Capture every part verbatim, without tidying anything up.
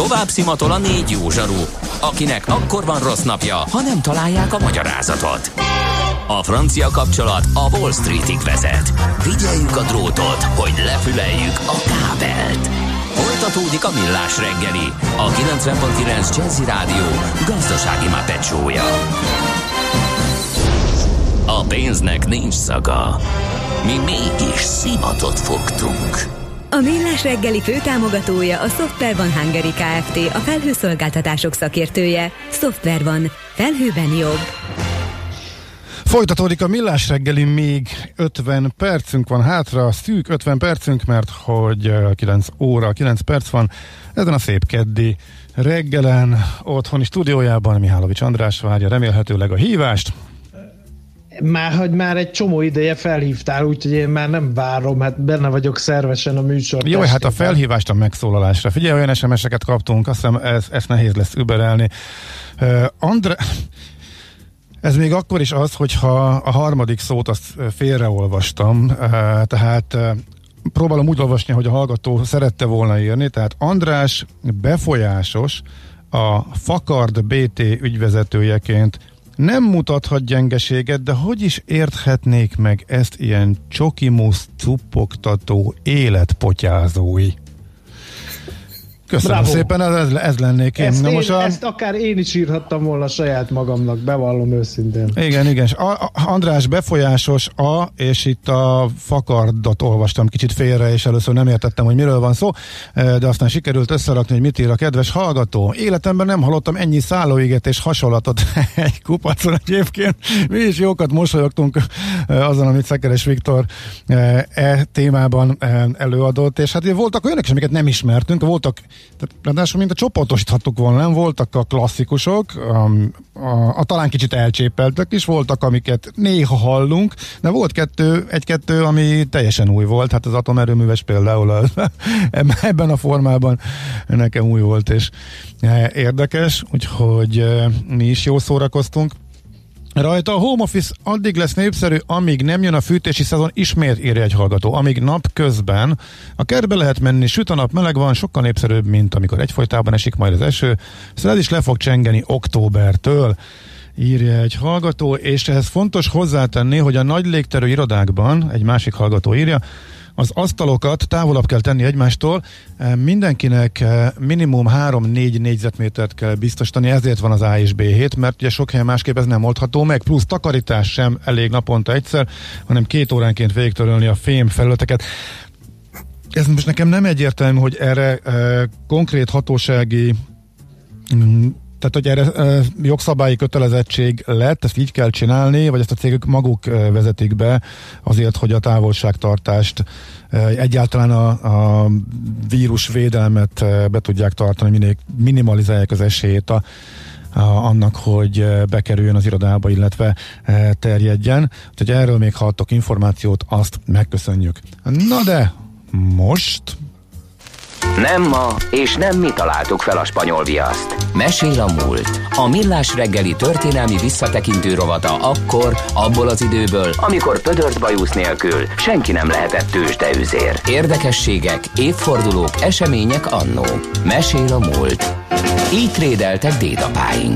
Tovább szimatol a négy jó zsaru, akinek akkor van rossz napja, ha nem találják a magyarázatot. A francia kapcsolat a Wall Streetig vezet. Figyeljük a drótot, hogy lefüleljük a kábelt. Folytatódik a Millás reggeli, a kilencven pont kilenc Jazzy Rádió gazdasági mápecsója. A pénznek nincs szaga. Mi mégis szimatot fogtunk. A Millás reggeli főtámogatója a SoftwareOne Hungary Kft. A felhőszolgáltatások szakértője. SoftwareOne. Felhőben jobb. Folytatódik a Millás reggeli, még ötven percünk van hátra, szűk ötven percünk, mert hogy kilenc óra, kilenc perc van ezen a szép keddi reggelen. Otthoni stúdiójában Mihálovics András várja remélhetőleg a hívást. Már, hogy már egy csomó ideje felhívtál, úgyhogy én már nem várom, hát benne vagyok szervesen a műsor. Jó, hát a felhívást a megszólalásra. Figyelj, olyan es em es-eket kaptunk, azt hiszem ez, ez nehéz lesz überelni. Uh, Andrá... Ez még akkor is az, hogyha a harmadik szót azt félreolvastam, uh, tehát uh, próbálom úgy olvasni, hogy a hallgató szerette volna írni, tehát András befolyásos, a Fakard bé té ügyvezetőjeként nem mutathat gyengeséget, de hogy is érthetnék meg ezt ilyen csokimusz cuppogtató életpotyázói? Köszönöm Bravo. Szépen, ez, ez lennék én. Ezt, Na én most a... ezt akár én is írhattam volna saját magamnak, bevallom őszintén. Igen, igen. A, a, András befolyásos a, és itt a Fakardot olvastam kicsit félre, és először nem értettem, hogy miről van szó, de aztán sikerült összerakni, hogy mit ír a kedves hallgató. Életemben nem hallottam ennyi szállóiget és hasonlatot egy kupacon egyébként. Mi is jókat mosolyogtunk azon, amit Szekeres Viktor e témában előadott, és hát voltak olyanok is, amiket nem ismertünk, voltak tehát ráadásul mint a csoportosíthattuk volna, nem? Voltak a klasszikusok, a, a, a talán kicsit elcsépeltek is, voltak, amiket néha hallunk, de volt kettő, egy-kettő, ami teljesen új volt, hát az atomerőműves például ebben a formában nekem új volt, és érdekes, úgyhogy mi is jól szórakoztunk rajta. A home office addig lesz népszerű, amíg nem jön a fűtési szezon, ismét írja egy hallgató. Amíg napközben a kertbe lehet menni, süt a nap, meleg van, sokkal népszerűbb, mint amikor egyfolytában esik majd az eső. Szóval ez is le fog csengeni októbertől, írja egy hallgató, és ehhez fontos hozzátenni, hogy a nagy légterű irodákban, egy másik hallgató írja, az asztalokat távolabb kell tenni egymástól, mindenkinek minimum három-négy négyzetmétert kell biztosítani, ezért van az A és B hét, mert ugye sok helyen másképp ez nem oldható meg, plusz takarítás sem elég naponta egyszer, hanem két óránként végigtörölni a fém felületeket. Ez most nekem nem egyértelmű, hogy erre e, konkrét hatósági mm, tehát, hogy erre e, jogszabályi kötelezettség lett, ezt így kell csinálni, vagy ezt a cégek maguk e, vezetik be azért, hogy a távolságtartást, e, egyáltalán a, a vírusvédelmet e, be tudják tartani, minél minimalizálják az esélyét a, a, annak, hogy bekerüljön az irodába, illetve e, terjedjen. Úgyhogy erről még hallottok információt, azt megköszönjük. Na de most... Nem ma, és nem mi találtuk fel a spanyol viaszt. Mesél a múlt. A Millás reggeli történelmi visszatekintő rovata akkor, abból az időből, amikor pödört bajusz nélkül senki nem lehetett tőzsdeüzér. Érdekességek, évfordulók, események annó. Mesél a múlt. Így trédeltek dédapáink.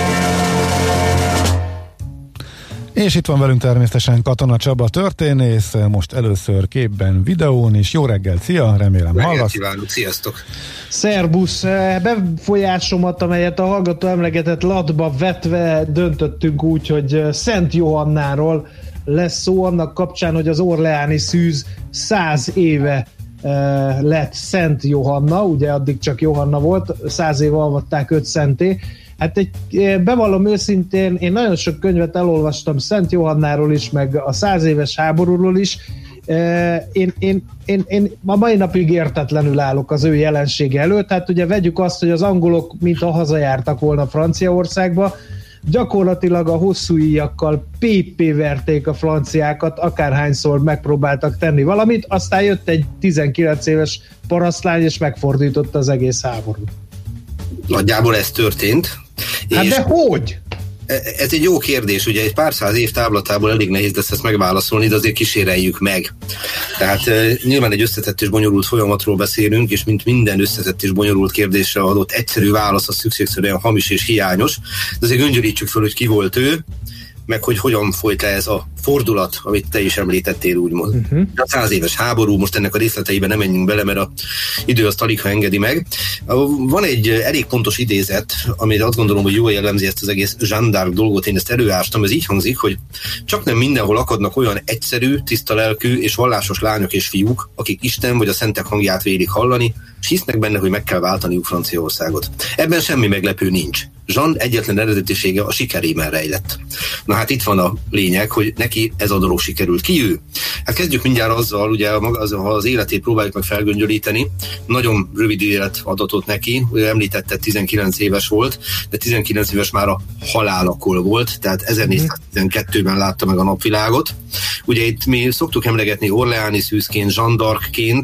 És itt van velünk természetesen Katona Csaba történész, most először képben, videón is. Jó reggel, szia, remélem hallasz. Kívánok, sziasztok. Szerbusz, befolyásomat, amelyet a hallgató emlegetett latba vetve döntöttünk úgy, hogy Szent Johannáról lesz szó, annak kapcsán, hogy az orleáni szűz száz éve lett Szent Johanna, ugye addig csak Johanna volt, száz éve alvatták öt szenté. Hát egy, bevallom őszintén, én nagyon sok könyvet elolvastam Szent Johannáról is, meg a száz éves háborúról is. Én, én, én, én a mai napig értetlenül állok az ő jelensége előtt. Hát ugye vegyük azt, hogy az angolok mintha hazajártak volna Franciaországba, gyakorlatilag a hosszú íjakkal pé-pé verték a franciákat, akárhányszor megpróbáltak tenni valamit, aztán jött egy tizenkilenc éves parasztlány, és megfordította az egész háborút. Nagyjából ez történt. Hát és de hogy? Ez egy jó kérdés, ugye egy pár száz év távlatából elég nehéz lesz ezt megválaszolni, de azért kíséreljük meg. Tehát e, nyilván egy összetett és bonyolult folyamatról beszélünk, és mint minden összetett és bonyolult kérdésre adott egyszerű válasz, az szükségszerűen hamis és hiányos, de azért göngyörítsük föl, hogy ki volt ő, meg hogy hogyan folyt le ez a fordulat, amit te is említettél, úgymond. Uh-huh. A száz éves háború, most ennek a részleteiben nem menjünk bele, mert a idő azt alig, ha engedi meg. Van egy elég pontos idézet, amire azt gondolom, hogy jól jellemzi ezt az egész Jeanne d'Arc dolgot, én ezt előástam, ez így hangzik, hogy csak nem mindenhol akadnak olyan egyszerű, tiszta lelkű és vallásos lányok és fiúk, akik Isten vagy a szentek hangját vélik hallani, és hisznek benne, hogy meg kell váltaniuk Franciaországot. Ebben semmi meglepő nincs. Jeanne egyetlen eredetisége a sikerében rejlett. Na hát itt van a lényeg, hogy neki ez a dolog sikerült. Ki ő? Hát kezdjük mindjárt azzal, ugye ha az életét próbáljuk meg felgöngyölíteni, nagyon rövid életadatot neki, említette tizenkilenc éves volt, de tizenkilenc éves már a halálakor volt, tehát ezernégyszáztizenkettőben látta meg a napvilágot. Ugye itt mi szoktuk emlegetni Orleáni szűzként, Jeanne d'Arcként,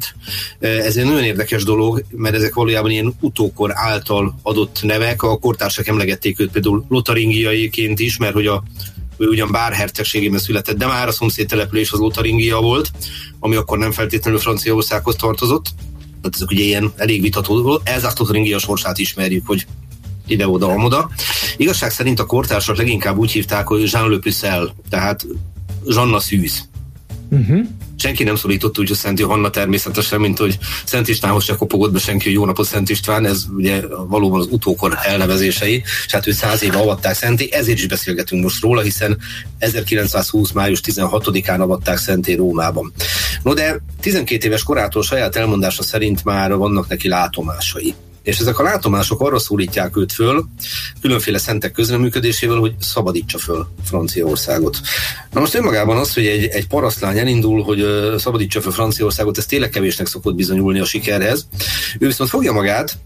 ez egy nagyon érdekes dolog, mert ezek valójában ilyen utókor által adott nevek, a kortársak emlegették őt például Lotaringiaiként is, mert hogy a, ő ugyan Bár hercegségében született, de már a szomszéd település az Lotaringia volt, ami akkor nem feltétlenül Franciaországhoz tartozott. Tehát ezek ugye ilyen elég vitató, elzárt Lotaringia sorsát ismerjük, hogy ide-oda, amoda. Igazság szerint a kortársak leginkább úgy hívták, hogy Jean le Pucelle, tehát Zsanna szűz. Uh-huh. Senki nem szólított úgy, hogy Szent Johanna természetesen, mint hogy Szent Istvánhoz se kopogott be senki, hogy jó napot Szent István, ez ugye valóban az utókor elnevezései, és hát ő száz éve avatták szenté, ezért is beszélgetünk most róla, hiszen ezerkilencszázhúsz. május tizenhatodikán avatták szenté Rómában. No de tizenkét éves korától saját elmondása szerint már vannak neki látomásai. És ezek a látomások arra szólítják őt föl, különféle szentek közreműködésével, hogy szabadítsa föl Franciaországot. Na most önmagában az, hogy egy, egy parasztlány elindul, hogy uh, szabadítsa föl Franciaországot, ez tényleg kevésnek szokott bizonyulni a sikerhez. Ő viszont fogja magát,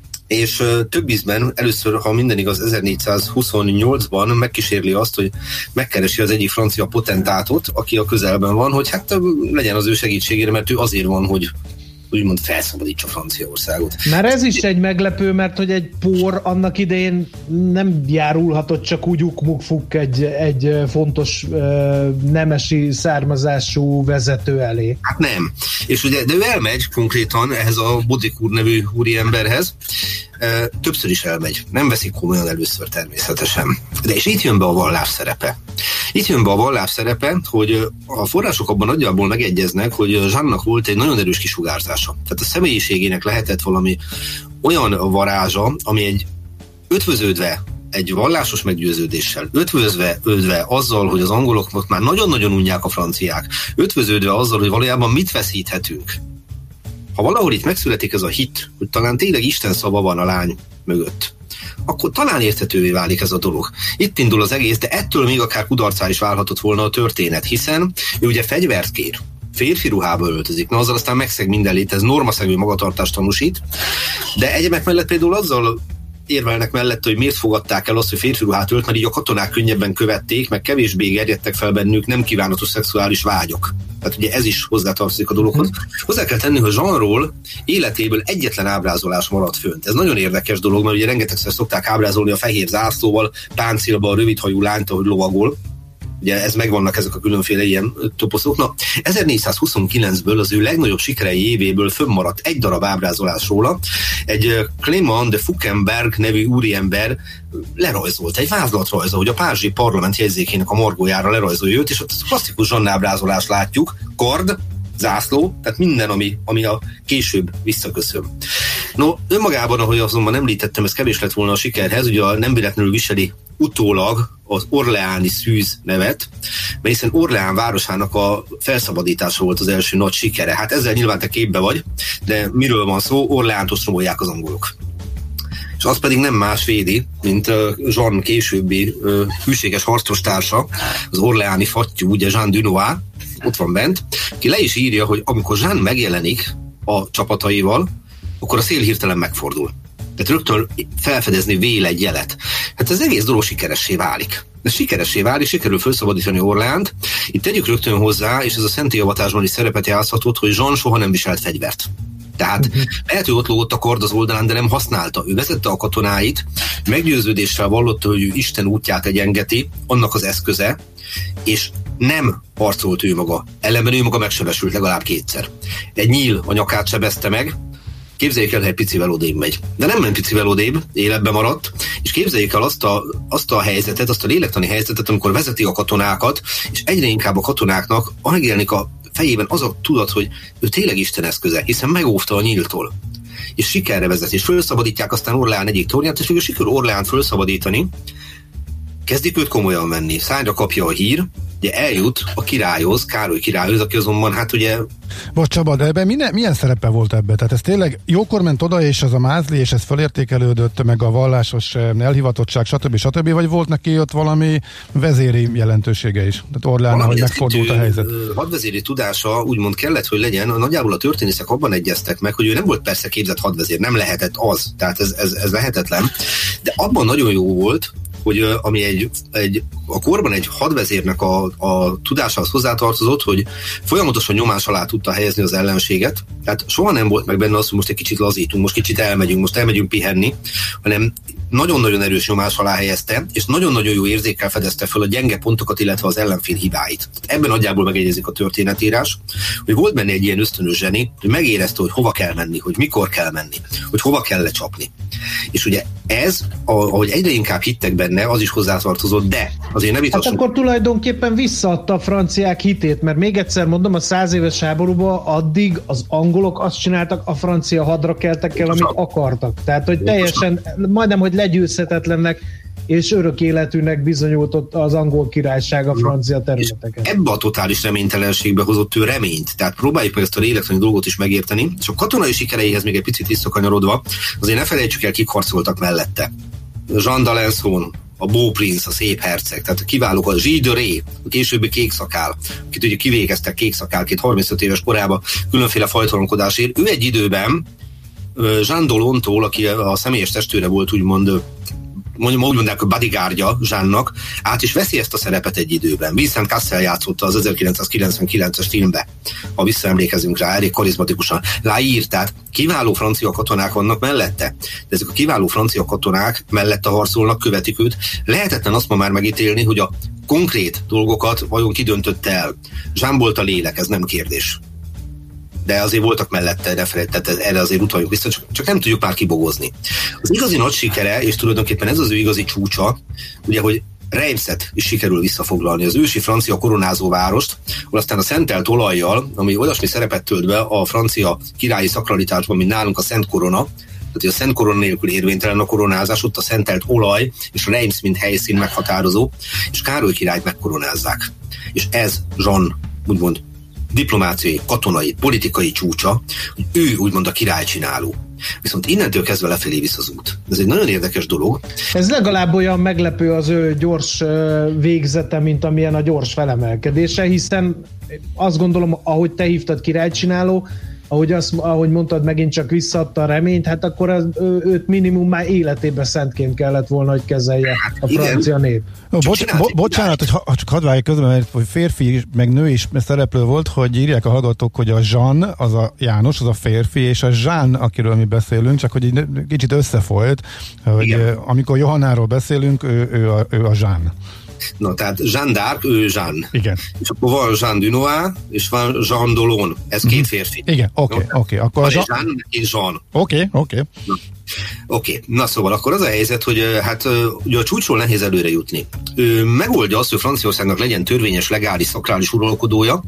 és uh, több ízben, először, ha minden igaz, ezernégyszázhuszonnyolcban megkísérli azt, hogy megkeresi az egyik francia potentátot, aki a közelben van, hogy hát uh, legyen az ő segítségére, mert ő azért van, hogy úgymond felszabadítsa Franciaországot. Már ez is egy meglepő, mert hogy egy pór annak idején nem járulhatott csak úgy ukmukfuk egy, egy fontos uh, nemesi származású vezető elé. Hát nem. És ugye, de ő elmegy konkrétan ehhez a Baudricourt nevű úriemberhez, uh, többször is elmegy. Nem veszik komolyan először természetesen. De és itt jön be a vallás szerepe. Itt jön be a vallás szerepe, hogy a források abban nagyjából megegyeznek, hogy Jeanne-nak volt egy nagyon erős kisugárzása. Tehát a személyiségének lehetett valami olyan varázsa, ami egy ötvöződve egy vallásos meggyőződéssel, ötvöződve azzal, hogy az angolok most már nagyon-nagyon unják a franciák, ötvöződve azzal, hogy valójában mit veszíthetünk. Ha valahol itt megszületik ez a hit, hogy talán tényleg Isten szava van a lány mögött, akkor talán érthetővé válik ez a dolog. Itt indul az egész, de ettől még akár kudarcá is válhatott volna a történet, hiszen ő ugye fegyvert kér, férfi ruhába öltözik, na azzal aztán megszeg minden lét, ez normaszegő magatartást tanúsít, de egyebek mellett például azzal érvelnek mellett, hogy miért fogadták el azt, hogy férfi ruhát ölt, mert így a katonák könnyebben követték, meg kevésbé gerjedtek fel bennük nem kívánatos szexuális vágyok. Tehát ugye ez is hozzátartozik a dologhoz. Hozzá kell tenni, hogy Jeanne-ról életéből egyetlen ábrázolás maradt fönt. Ez nagyon érdekes dolog, mert ugye rengetegszer szokták ábrázolni a fehér zászlóval, páncélba a rövidhajú lányt, ahogy lovagol. Ugye ez megvannak ezek a különféle ilyen toposzok. Na, ezernégyszázhuszonkilencből az ő legnagyobb sikerei évéből fönnmaradt egy darab ábrázolás róla. Egy Clément de Fouquemberg nevű úriember lerajzolt egy vázlatrajza, hogy a párizsi parlament jegyzékének a margójára lerajzolja őt, és ott klasszikus Jeanne ábrázolást látjuk, kard, zászló, tehát minden, ami, ami a később visszaköszön. No, önmagában, ahogy azonban említettem, ez kevés lett volna a sikerhez, ugye nem véletlenül viseli utólag az orleáni szűz nevet, mert hiszen Orleán városának a felszabadítása volt az első nagy sikere. Hát ezzel nyilván te képbe vagy, de miről van szó? Orleánt ostromolják az angolok. És az pedig nem más védi, mint Jeanne későbbi uh, hűséges harcostársa, az orleáni fattyú, ugye Jean Dunois, ott van bent, ki le is írja, hogy amikor Jeanne megjelenik a csapataival, akkor a szél hirtelen megfordul. Tehát rögtön felfedezni vél egy jelet. Hát ez egész dolog sikeressé válik. Ez sikeressé válik, sikerül felszabadítani Orleánt. Itt tegyük rögtön hozzá, és ez a szentélyavatásban is szerepet játszhatott, hogy Jeanne soha nem viselt fegyvert. Tehát uh-huh. lehet, hogy ott lógott a kard az oldalán, de nem használta. Ő vezette a katonáit, meggyőződéssel vallotta, hogy ő Isten útját egyengeti, annak az eszköze, és nem harcolt ő maga. Ellenben ő maga megsebesült legalább kétszer. Egy nyíl a nyakát sebezte meg, képzeljék el, hogy egy picivel odébb megy. De nem ment picivel odébb, életben maradt, és képzeljék el azt a, azt a helyzetet, azt a lélektani helyzetet, amikor vezeti a katonákat, és egyre inkább a katonáknak megjelenik a fejében az a tudat, hogy ő tényleg Isten eszköze, hiszen megóvta a nyíltól. És sikerre vezet, és felszabadítják aztán Orleán egyik tornyát, és végül sikerül Orleánt felszabadítani, kezdik őt komolyan venni. Szányra kapja a hír, ugye eljut a királyhoz, Károly királyhoz, aki azonban hát ugye... Bocs Csaba, de ebben milyen, milyen szerepe volt ebben? Tehát ez tényleg jókor ment oda, és az a mázli, és ez felértékelődött, meg a vallásos elhivatottság, stb. stb. Vagy volt neki ott valami vezéri jelentősége is? Tehát Orleán, hogy megfordult a helyzet. Hadvezéri tudása úgymond kellett, hogy legyen. Nagyjából a történészek abban egyeztek meg, hogy ő nem volt persze képzett hadvezér, nem lehetett az. Tehát ez, ez, ez lehetetlen. De abban nagyon jó volt, hogy ami egy, egy, a korban egy hadvezérnek a, a tudásához hozzátartozott, hogy folyamatosan nyomás alá tudta helyezni az ellenséget. Tehát soha nem volt meg benne az, hogy most egy kicsit lazítunk, most kicsit elmegyünk, most elmegyünk pihenni, hanem nagyon-nagyon erős nyomás alá helyezte, és nagyon-nagyon jó érzékkel fedezte fel a gyenge pontokat, illetve az ellenfél hibáit. Tehát ebben nagyjából megegyezik a történetírás, hogy volt benne egy ilyen ösztönös zseni, hogy megérezte, hogy hova kell menni, hogy mikor kell menni, hogy hova kell lecsapni. És ugye ez, ahogy egyre inkább hittek benne, az is hozzátartozott, de azért nem vitassuk. Hát akkor tulajdonképpen visszaadta a franciák hitét, mert még egyszer mondom, a száz éves háborúban addig az angolok azt csináltak, a francia hadra keltek el, amit akartak. Tehát, hogy teljesen, majdnem, hogy legyőzhetetlennek és örök életűnek bizonyult ott az angol királyság a francia területeken. Ebbe a totális reménytelenségbe hozott ő reményt. Tehát próbáljuk meg ezt a lélektani dolgot is megérteni, és a katonai sikereihez még egy picit visszakanyarodva, azért ne felejtsük el, kik harcoltak mellette. Jean d'Alençon, a Beau Prince, a szép herceg, tehát a kiválók, a Gilles de Ré, a későbbi kékszakál, akit ugye kivégeztek kékszakálként harmincöt éves korában különféle fajtalankodásért. Ő egy időben Jean d'Aulon-tól, aki a személyes testőre volt, úgymond mondjuk úgy mondják, hogy bodyguardja Jeannak, át is veszi ezt a szerepet egy időben. Vincent Cassel játszotta az ezerkilencszázkilencvenkilences filmbe, ha visszaemlékezünk rá, elég karizmatikusan. Laír, tehát kiváló francia katonák vannak mellette, de ezek a kiváló francia katonák mellette harcolnak, követik őt. Lehetetlen azt ma már megítélni, hogy a konkrét dolgokat vajon kidöntötte el. Jean volt a lélek, ez nem kérdés. De azért voltak mellette, ne felejt, tehát erre azért utaljunk vissza, csak, csak nem tudjuk már kibogozni. Az igazi nagy sikere, és tulajdonképpen ez az ő igazi csúcsa, ugye, hogy Reims-et is sikerül visszafoglalni, az ősi francia koronázó várost, ahol aztán a szentelt olajjal, ami olyasmi szerepet tölt be a francia királyi szakralitásban, mint nálunk a Szent Korona, tehát hogy a Szent Korona nélkül érvénytelen a koronázás, ott a szentelt olaj és Reims mint helyszín meghatározó, és Károly királyt megkoronázzák. És ez Jean, úgymond diplomáciai, katonai, politikai csúcsa, hogy ő úgymond a királycsináló. Viszont innentől kezdve lefelé visz az út. Ez egy nagyon érdekes dolog. Ez legalább olyan meglepő az ő gyors végzete, mint amilyen a gyors felemelkedése, hiszen azt gondolom, ahogy te hívtad királycsináló, ahogy, azt, ahogy mondtad, megint csak visszaadta a reményt, hát akkor az, ő, őt minimum már életében szentként kellett volna, hogy kezelje a francia nép. Bocs, bo- bocsánat, hogy ha, csak hadd vágj közben, mert férfi meg nő is szereplő volt, hogy írják a hallgatók, hogy a Jean, az a János, az a férfi, és a Jean, akiről mi beszélünk, csak hogy így kicsit összefolyt, hogy igen. Amikor Johannáról beszélünk, ő, ő, a, ő a Jean. Na, tehát Jeanne d'Arc, ő Jeanne. Igen. És akkor van Jean Dunois, és van Jean d'Aulon. Ez mm-hmm. két férfi. Igen, oké, okay, oké. Okay. Akkor van Jean... Jeanne és Jean. Oké, okay, oké. Okay. Na. Oké, okay. Na szóval akkor az a helyzet, hogy hát ugye a csúcsról nehéz előre jutni. Ő megoldja azt, hogy Franciaországnak legyen törvényes, legális, szakrális uralkodója,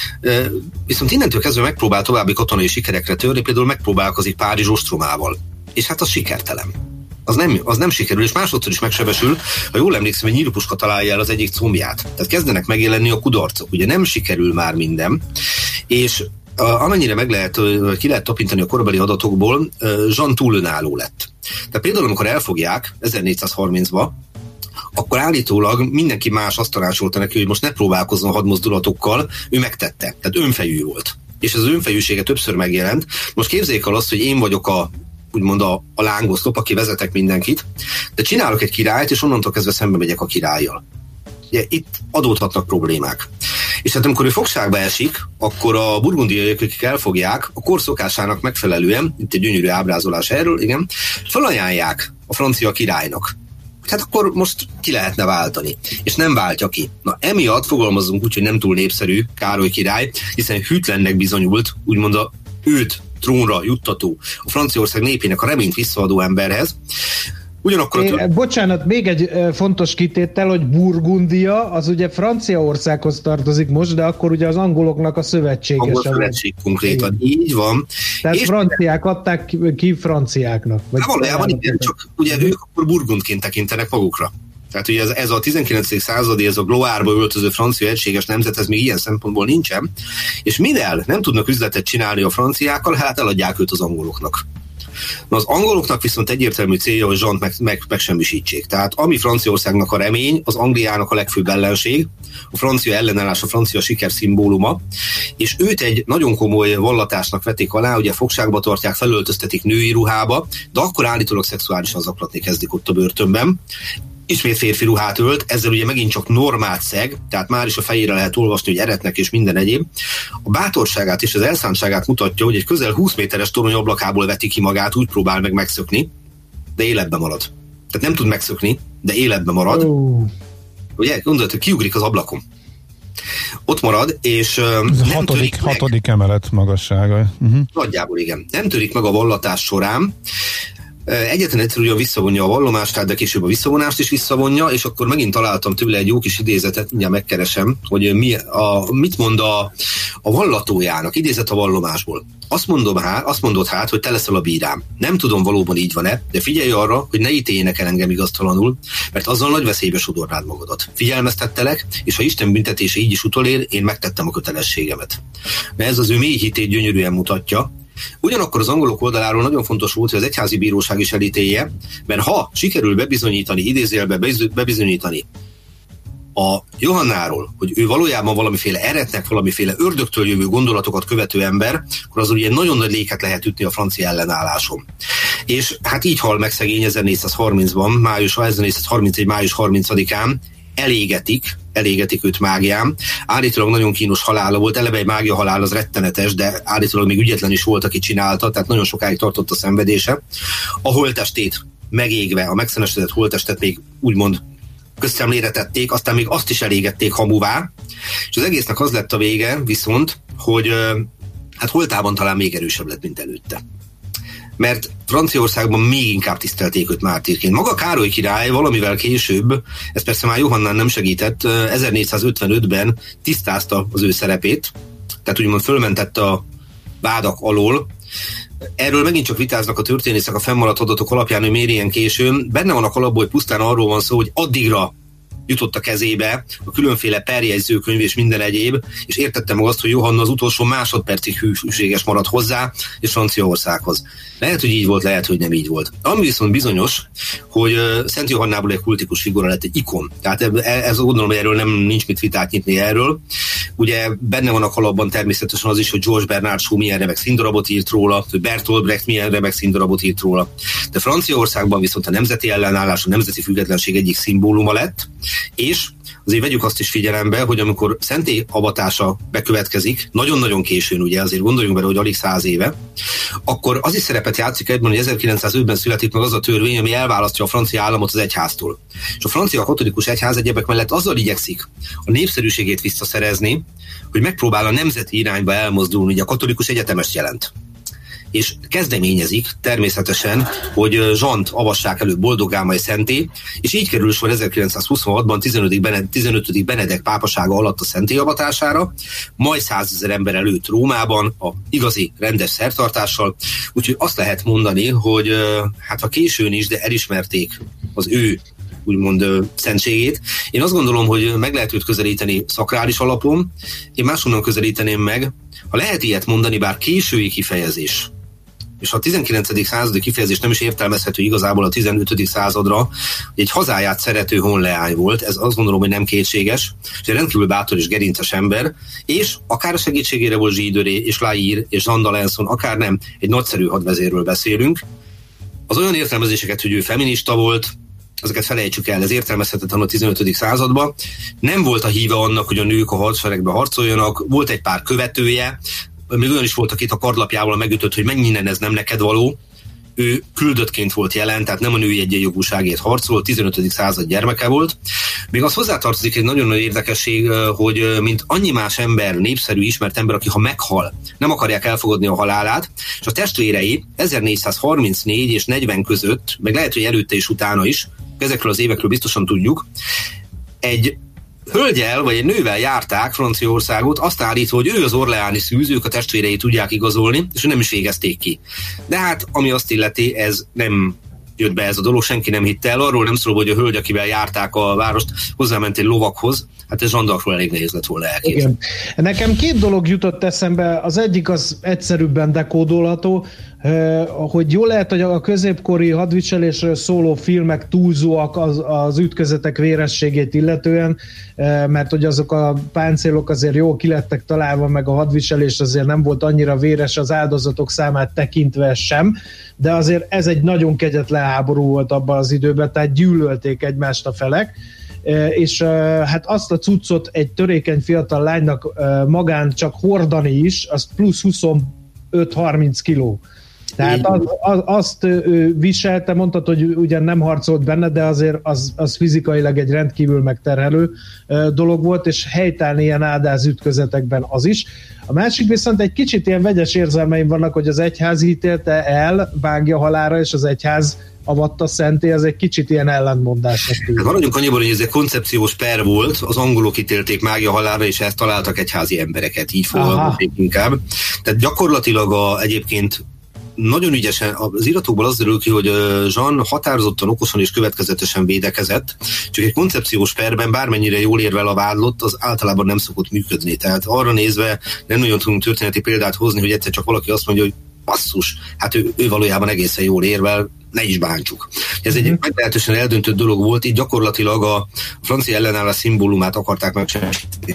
viszont innentől kezdve megpróbál további katonai sikerekre törni, például megpróbálkozik Párizs ostromával. És hát az sikertelen. Az nem, az nem sikerül, és másodszor is megsebesül, ha jól emlékszem, egy nyílpuska találja el az egyik combját. Tehát kezdenek megjelenni a kudarcok. Ugye nem sikerül már minden, és amennyire meg lehet, ki lehet tapintani a korabeli adatokból, Jean túl önálló lett. Tehát például, amikor elfogják ezernégyszázharmincba, akkor állítólag mindenki más azt tanácsolta neki, hogy most ne próbálkozzon a hadmozdulatokkal, ő megtette. Tehát önfejű volt. És az önfejűsége többször megjelent. Most képzeljék el azt, hogy én vagyok a úgymond a, a lángoszlop, aki vezetek mindenkit, de csinálok egy királyt, és onnantól kezdve szembe megyek a királlyal. Ugye, itt adódhatnak problémák. És hát amikor ő fogságba esik, akkor a burgundiaiak, akik elfogják, a kor szokásának megfelelően, itt egy gyönyörű ábrázolás erről, igen, felajánlják a francia királynak. Hát akkor most ki lehetne váltani. És nem váltja ki. Na emiatt fogalmazunk úgy, hogy nem túl népszerű Károly király, hiszen hűtlennek bizonyult, úgymond a őt trónra juttató, a Franciaország népének a reményt visszaadó emberhez. Ugyanakkor é, től... Bocsánat, még egy fontos kitétel, hogy Burgundia, az ugye Franciaországhoz tartozik most, de akkor ugye az angoloknak a szövetségese. Angol szövetség konkrétan, így van. Tehát és franciák adták ki franciáknak. Vagy valójában igen, csak ugye ők akkor burgundként tekintenek magukra. Tehát ugye ez, ez a tizenkínecedik századi, ez a Gloire-ba öltöző francia egységes nemzet, ez még ilyen szempontból nincsen, és mivel nem tudnak üzletet csinálni a franciákkal, hát eladják őt az angoloknak. Na az angoloknak viszont egyértelmű célja, hogy Jeant meg, meg, megsemmisítsék. Tehát ami Franciaországnak a remény, az Angliának a legfőbb ellenség, a francia ellenállás, a francia siker szimbóluma, és őt egy nagyon komoly vallatásnak vetik alá, ugye fogságba tartják, felöltöztetik női ruhába, de akkor állítólag szexuálisan zaklatni kezdik ott a börtönben. Ismét férfi ruhát ölt, ezzel ugye megint csak normát szeg, tehát már is a fejére lehet olvasni, hogy eretnek és minden egyéb. A bátorságát és az elszántságát mutatja, hogy egy közel húsz méteres torony ablakából veti ki magát, úgy próbál meg megszökni, de életben marad. Tehát nem tud megszökni, de életben marad. Oh. Ugye, gondolod, hogy kiugrik az ablakon. Ott marad, és ez nem hatodik, törik meg. Hatodik emelet magassága. Uh-huh. Nagyjából igen. Nem törik meg a vallatás során. Egyetlen egyszerűen visszavonja a vallomást, de később a visszavonást is visszavonja, és akkor megint találtam tőle egy jó kis idézetet, mindjárt megkeresem, hogy mi a, mit mond a, a vallatójának, idézet a vallomásból. Azt, mondom, hát, azt mondod hát, hogy te leszel a bírám. Nem tudom, valóban így van-e, de figyelj arra, hogy ne ítéljenek el engem igaztalanul, mert azzal nagy veszélybe sodornád magadat. Figyelmeztettelek, és ha Isten büntetése így is utolér, én megtettem a kötelességemet. Mert ez az ő mély hitét gyönyörűen mutatja. Ugyanakkor az angolok oldaláról nagyon fontos volt, hogy az egyházi bíróság is elítélje, mert ha sikerül bebizonyítani, idézőjelbe bebizonyítani a Johannáról, hogy ő valójában valamiféle eretnek, valamiféle ördögtől jövő gondolatokat követő ember, akkor az ugye nagyon nagy léket lehet ütni a francia ellenálláson. És hát így hal meg szegény ezernégyszázharmincban, május, ezernégyszázharmincegy. május harmincadikán, elégetik, elégetik őt mágián. Állítólag nagyon kínos halála volt, eleve egy mágia halál az rettenetes, de állítólag még ügyetlen is volt, aki csinálta, tehát nagyon sokáig tartott a szenvedése. A holttestét megégve, a megszenesedett holttestet még úgymond közszemlére tették, aztán még azt is elégették hamuvá, és az egésznek az lett a vége viszont, hogy hát holtában talán még erősebb lett, mint előtte. Mert Franciaországban még inkább tisztelték őt mártírként. Maga Károly király valamivel később, ez persze már Johannán nem segített, ezernégyszázötvenötben tisztázta az ő szerepét, tehát úgymond fölmentette a vádak alól. Erről megint csak vitáznak a történészek a fennmaradt adatok alapján, hogy miért ilyen későn. Benne van a kalapból, hogy pusztán arról van szó, hogy addigra jutott a kezébe a különféle perjegyzőkönyv és minden egyéb, és értettem meg azt, hogy Johanna az utolsó másodpercig hűséges maradt hozzá, és Franciaországhoz. Lehet, hogy így volt, lehet, hogy nem így volt. Ami viszont bizonyos, hogy Szent Johannából egy kultikus figura lett, egy ikon. Tehát ez gondolom, hogy erről nem nincs mit vitát nyitni erről. Ugye benne van a kalapban természetesen az is, hogy George Bernard Shaw milyen remek színdarabot írt róla, hogy Bertolt Brecht milyen remek színdarabot írt róla. De Franciaországban viszont a nemzeti ellenállás, a nemzeti függetlenség egyik szimbóluma lett, és azért vegyük azt is figyelembe, hogy amikor szentély avatása bekövetkezik, nagyon-nagyon későn, ugye azért gondoljunk bele, hogy alig száz éve, akkor az is szerepet játszik ebben, hogy ezerkilencszázötben születik meg az a törvény, ami elválasztja a francia államot az egyháztól. És a francia katolikus egyház egyebek mellett azzal igyekszik a népszerűségét visszaszerezni, hogy megpróbál a nemzeti irányba elmozdulni, ugye a katolikus egyetemest jelent. És kezdeményezik természetesen, hogy Jeant avassák elő boldogámai szenté, és így kerül sor ezerkilencszázhuszonhatban tizenötödik Benedek pápasága alatt a szentélyavatására, majd százezer ember előtt Rómában, a igazi rendes szertartással, úgyhogy azt lehet mondani, hogy hát ha későn is, de elismerték az ő úgymond szentségét. Én azt gondolom, hogy meg lehet őt közelíteni szakrális alapon, én máshonnan közelíteném meg, ha lehet ilyet mondani, bár késői kifejezés, és a tizenkilencedik századi kifejezés nem is értelmezhető igazából a tizenötödik századra, hogy egy hazáját szerető honleány volt, ez azt gondolom, hogy nem kétséges, és egy rendkívül bátor és gerinces ember, és akár a segítségére volt Zsidöré, és Laír, és Jean d'Alençon, akár nem, egy nagyszerű hadvezérről beszélünk. Az olyan értelmezéseket, hogy ő feminista volt, ezeket felejtsük el, ez értelmezhetetlen a tizenötödik században. Nem volt a híve annak, hogy a nők a hadseregbe harcoljanak, volt egy pár követője, még olyan is volt, akit a kardlapjával megütött, hogy mennyien ez nem neked való. Ő küldöttként volt jelen, tehát nem a női egyenjogúságért harcolt, tizenötödik század gyermeke volt. Még az hozzátartozik egy nagyon nagy érdekesség, hogy mint annyi más ember, népszerű, ismert ember, aki ha meghal, nem akarják elfogadni a halálát, és a testvérei ezernégyszázharmincnégy és negyven között, meg lehet, hogy előtte és utána is, ezekről az évekről biztosan tudjuk, egy hölgyel vagy egy nővel járták Franciaországot, azt állítva, hogy ő az orleáni szűz, ők a testvérei tudják igazolni, és nem is végezték ki. De hát, ami azt illeti, ez nem jött be ez a dolog, senki nem hitte el. Arról nem szól, hogy a hölgy, akivel járták a várost, hozzáment egy lovakhoz, hát ez zsandakról elég nehéz lett volna elképzelni. Nekem két dolog jutott eszembe, az egyik az egyszerűbben dekódolható, hogy jól lehet, hogy a középkori hadviselésről szóló filmek túlzóak az, az ütközetek vérességét illetően, mert hogy azok a páncélok azért jól kilettek találva, meg a hadviselés azért nem volt annyira véres az áldozatok számát tekintve sem, de azért ez egy nagyon kegyetlen háború volt abban az időben, tehát gyűlölték egymást a felek, és hát azt a cuccot egy törékeny fiatal lánynak magán csak hordani is, az plusz huszonöt-harminc kiló. Tehát az, az, azt ő viselte, mondtad, hogy ugyan nem harcolt benne, de azért az, az fizikailag egy rendkívül megterhelő dolog volt, és helytállni ilyen áldáz ütközetekben az is. A másik viszont egy kicsit ilyen vegyes érzelmeim vannak, hogy az egyház ítélte el, vágja halálra, és az egyház avatta szenté, ez egy kicsit ilyen ellentmondás. Hát maradjunk annyiból, hogy ez egy koncepciós per volt, az angolok ítélték mágia halálra, és ezt találtak egyházi embereket, így fogalmaznék inkább. Tehát gyakorlatilag a, egyébként nagyon ügyesen, az iratokból az derül ki, hogy Jean határozottan, okosan és következetesen védekezett, csak egy koncepciós perben bármennyire jól érvel a vádlott, az általában nem szokott működni. Tehát arra nézve nem nagyon tudunk történeti példát hozni, hogy egyszer csak valaki azt mondja, hogy basszus, hát ő, ő valójában egészen jól érvel, ne is bántsuk. Ez egy uh-huh. meglehetősen eldöntött dolog volt, így gyakorlatilag a francia ellenállás szimbólumát akarták megsemmisíteni.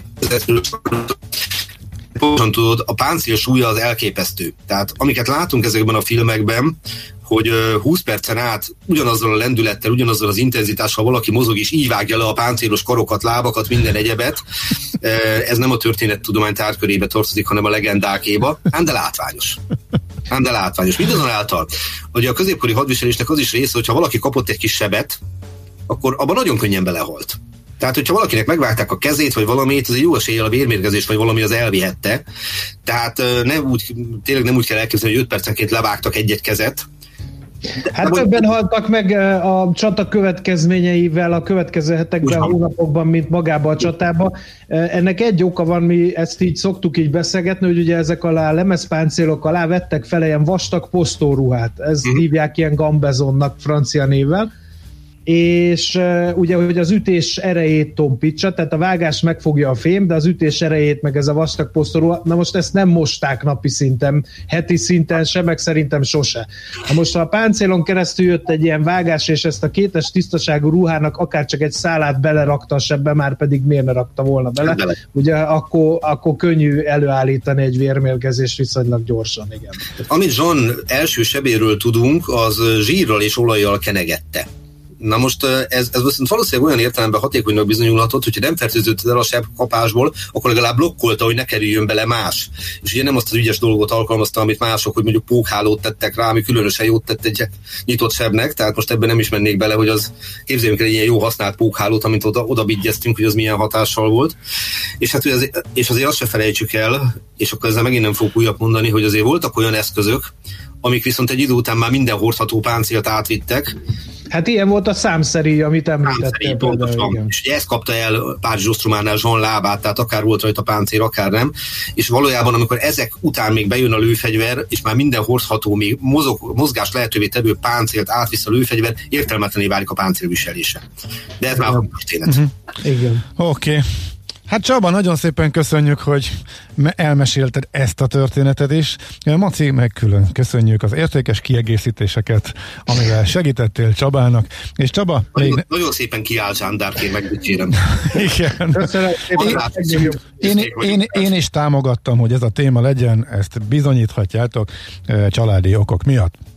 Pontosan tudod, a páncél súlya az elképesztő. Tehát amiket látunk ezekben a filmekben, hogy húsz percen át ugyanazzal a lendülettel, ugyanazzal az intenzitással valaki mozog, és így vágja le a páncélos karokat, lábakat, minden egyebet. Ez nem a történettudomány tárgykörébe tartozik, hanem a legendákéba. Ám de látványos. Ám de látványos. Mindazonáltal, hogy a középkori hadviselésnek az is része, hogyha valaki kapott egy kis sebet, akkor abban nagyon könnyen belehalt. Tehát, hogyha valakinek megvágták a kezét, vagy valamit, az egy jó eséllyel a vérmérgezés, vagy valami az elvihette. Tehát nem úgy, tényleg nem úgy kell elképzelni, hogy öt percenként levágtak egy-egy kezet. Hát de többen haltak meg a csata következményeivel a következő hetekben, hónapokban, mint magában a csatában. Ennek egy oka van, mi ezt így szoktuk így beszélgetni, hogy ugye ezek alá lemezpáncélok alá vettek fel ilyen vastag posztóruhát. Ezt uh-huh. hívják ilyen gambezonnak francia névvel. És uh, ugye, hogy az ütés erejét tompítsa, tehát a vágás megfogja a fém, de az ütés erejét meg ez a vastag posztorú, na most ezt nem mosták napi szinten, heti szinten sem, meg szerintem sose. Na most, ha a páncélon keresztül jött egy ilyen vágás, és ezt a kétes tisztaságú ruhának akár csak egy szálát belerakta a sebbe, már pedig miért ne rakta volna bele, bele. Ugye akkor, akkor könnyű előállítani egy vérmérgezést viszonylag gyorsan, igen. Amit Jean első sebéről tudunk, az zsírral és olajjal kenegette. Na most ez, ez viszont valószínűleg olyan értelemben hatékonynak bizonyulhatott, hogyha nem fertőződött el a sebkapásból, akkor legalább blokkolta, hogy ne kerüljön bele más. És ugye nem azt az ügyes dolgot alkalmazta, amit mások, hogy mondjuk pókhálót tettek rá, ami különösen jót tett egy nyitott sebnek, tehát most ebben nem is mennék bele, hogy az képzeljünk el egy ilyen jó használt pókhálót, amit oda, oda bigyeztünk, hogy az milyen hatással volt. És hát az, és azért azt se felejtsük el, és akkor ezzel megint nem fogok újat mondani, hogy azért voltak olyan eszközök, amik viszont egy idő után már minden hordható páncélt átvittek. Hát ilyen volt a számszeri, amit említettél. Pontosan. És ezt kapta el Párizs ostrománál Jean lábát, tehát akár volt rajta páncél, akár nem. És valójában, amikor ezek után még bejön a lőfegyver, és már minden hordható, még mozog, mozgás lehetővé tevő páncélt átvisz a lőfegyver, értelmetlené válik a páncélviselése. De ez már a történet. Uh-huh. Igen. Oké. Okay. Hát Csaba, nagyon szépen köszönjük, hogy elmesélted ezt a történetet is. Maci, meg külön köszönjük az értékes kiegészítéseket, amivel segítettél Csabának. És Csaba... Nagyon, még... nagyon szépen kiáll Zsándárk, én megdicsérem. Igen. Köszönöm én, én, én, én is támogattam, hogy ez a téma legyen, ezt bizonyíthatjátok családi okok miatt.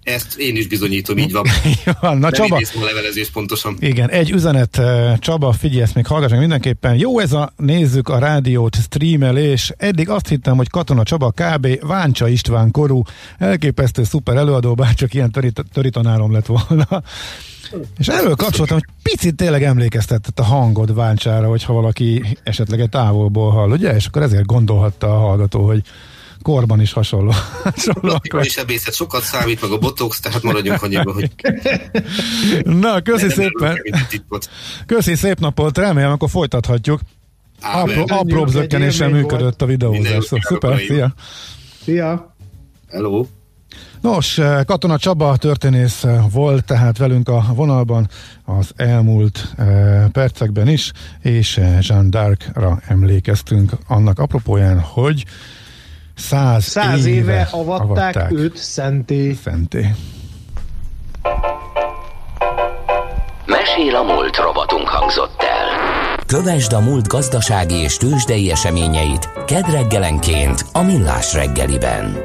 Ezt én is bizonyítom, így van. van na, Csaba, a levelezés pontosan. Igen, egy üzenet, Csaba, figyelj, ezt még hallgass meg mindenképpen. Jó ez a nézzük a rádiót, streamelés. Eddig azt hittem, hogy Katona Csaba kb. Váncsa István korú, elképesztő szuper előadó, bárcsak ilyen törít, törítanárom lett volna. És erről kapcsoltam, hogy picit tényleg emlékeztetett a hangod Váncsára, hogyha valaki esetleg egy távolból hall, ugye? És akkor ezért gondolhatta a hallgató, hogy korban is hasonló. hasonló a sebészet sokat számít, meg a botox, tehát maradjunk annyiban, hogy... Na, köszi szépen. Köszi, szép napot, remélem, akkor folytathatjuk. Apró, apróbb zökkenéssel működött a videózás. Szó, szuper, szia! Szia! Hello! Nos, Katona Csaba történész volt tehát velünk a vonalban az elmúlt eh, percekben is, és Jeanne d'Arc-ra emlékeztünk annak apropóján, hogy Száz, Száz éve, éve avatták, avatták őt szenté. Szenté. Mesél a múlt robotunk hangzott el. Kövesd a múlt gazdasági és tőzsdei eseményeit kedd reggelenként a Millás reggeliben.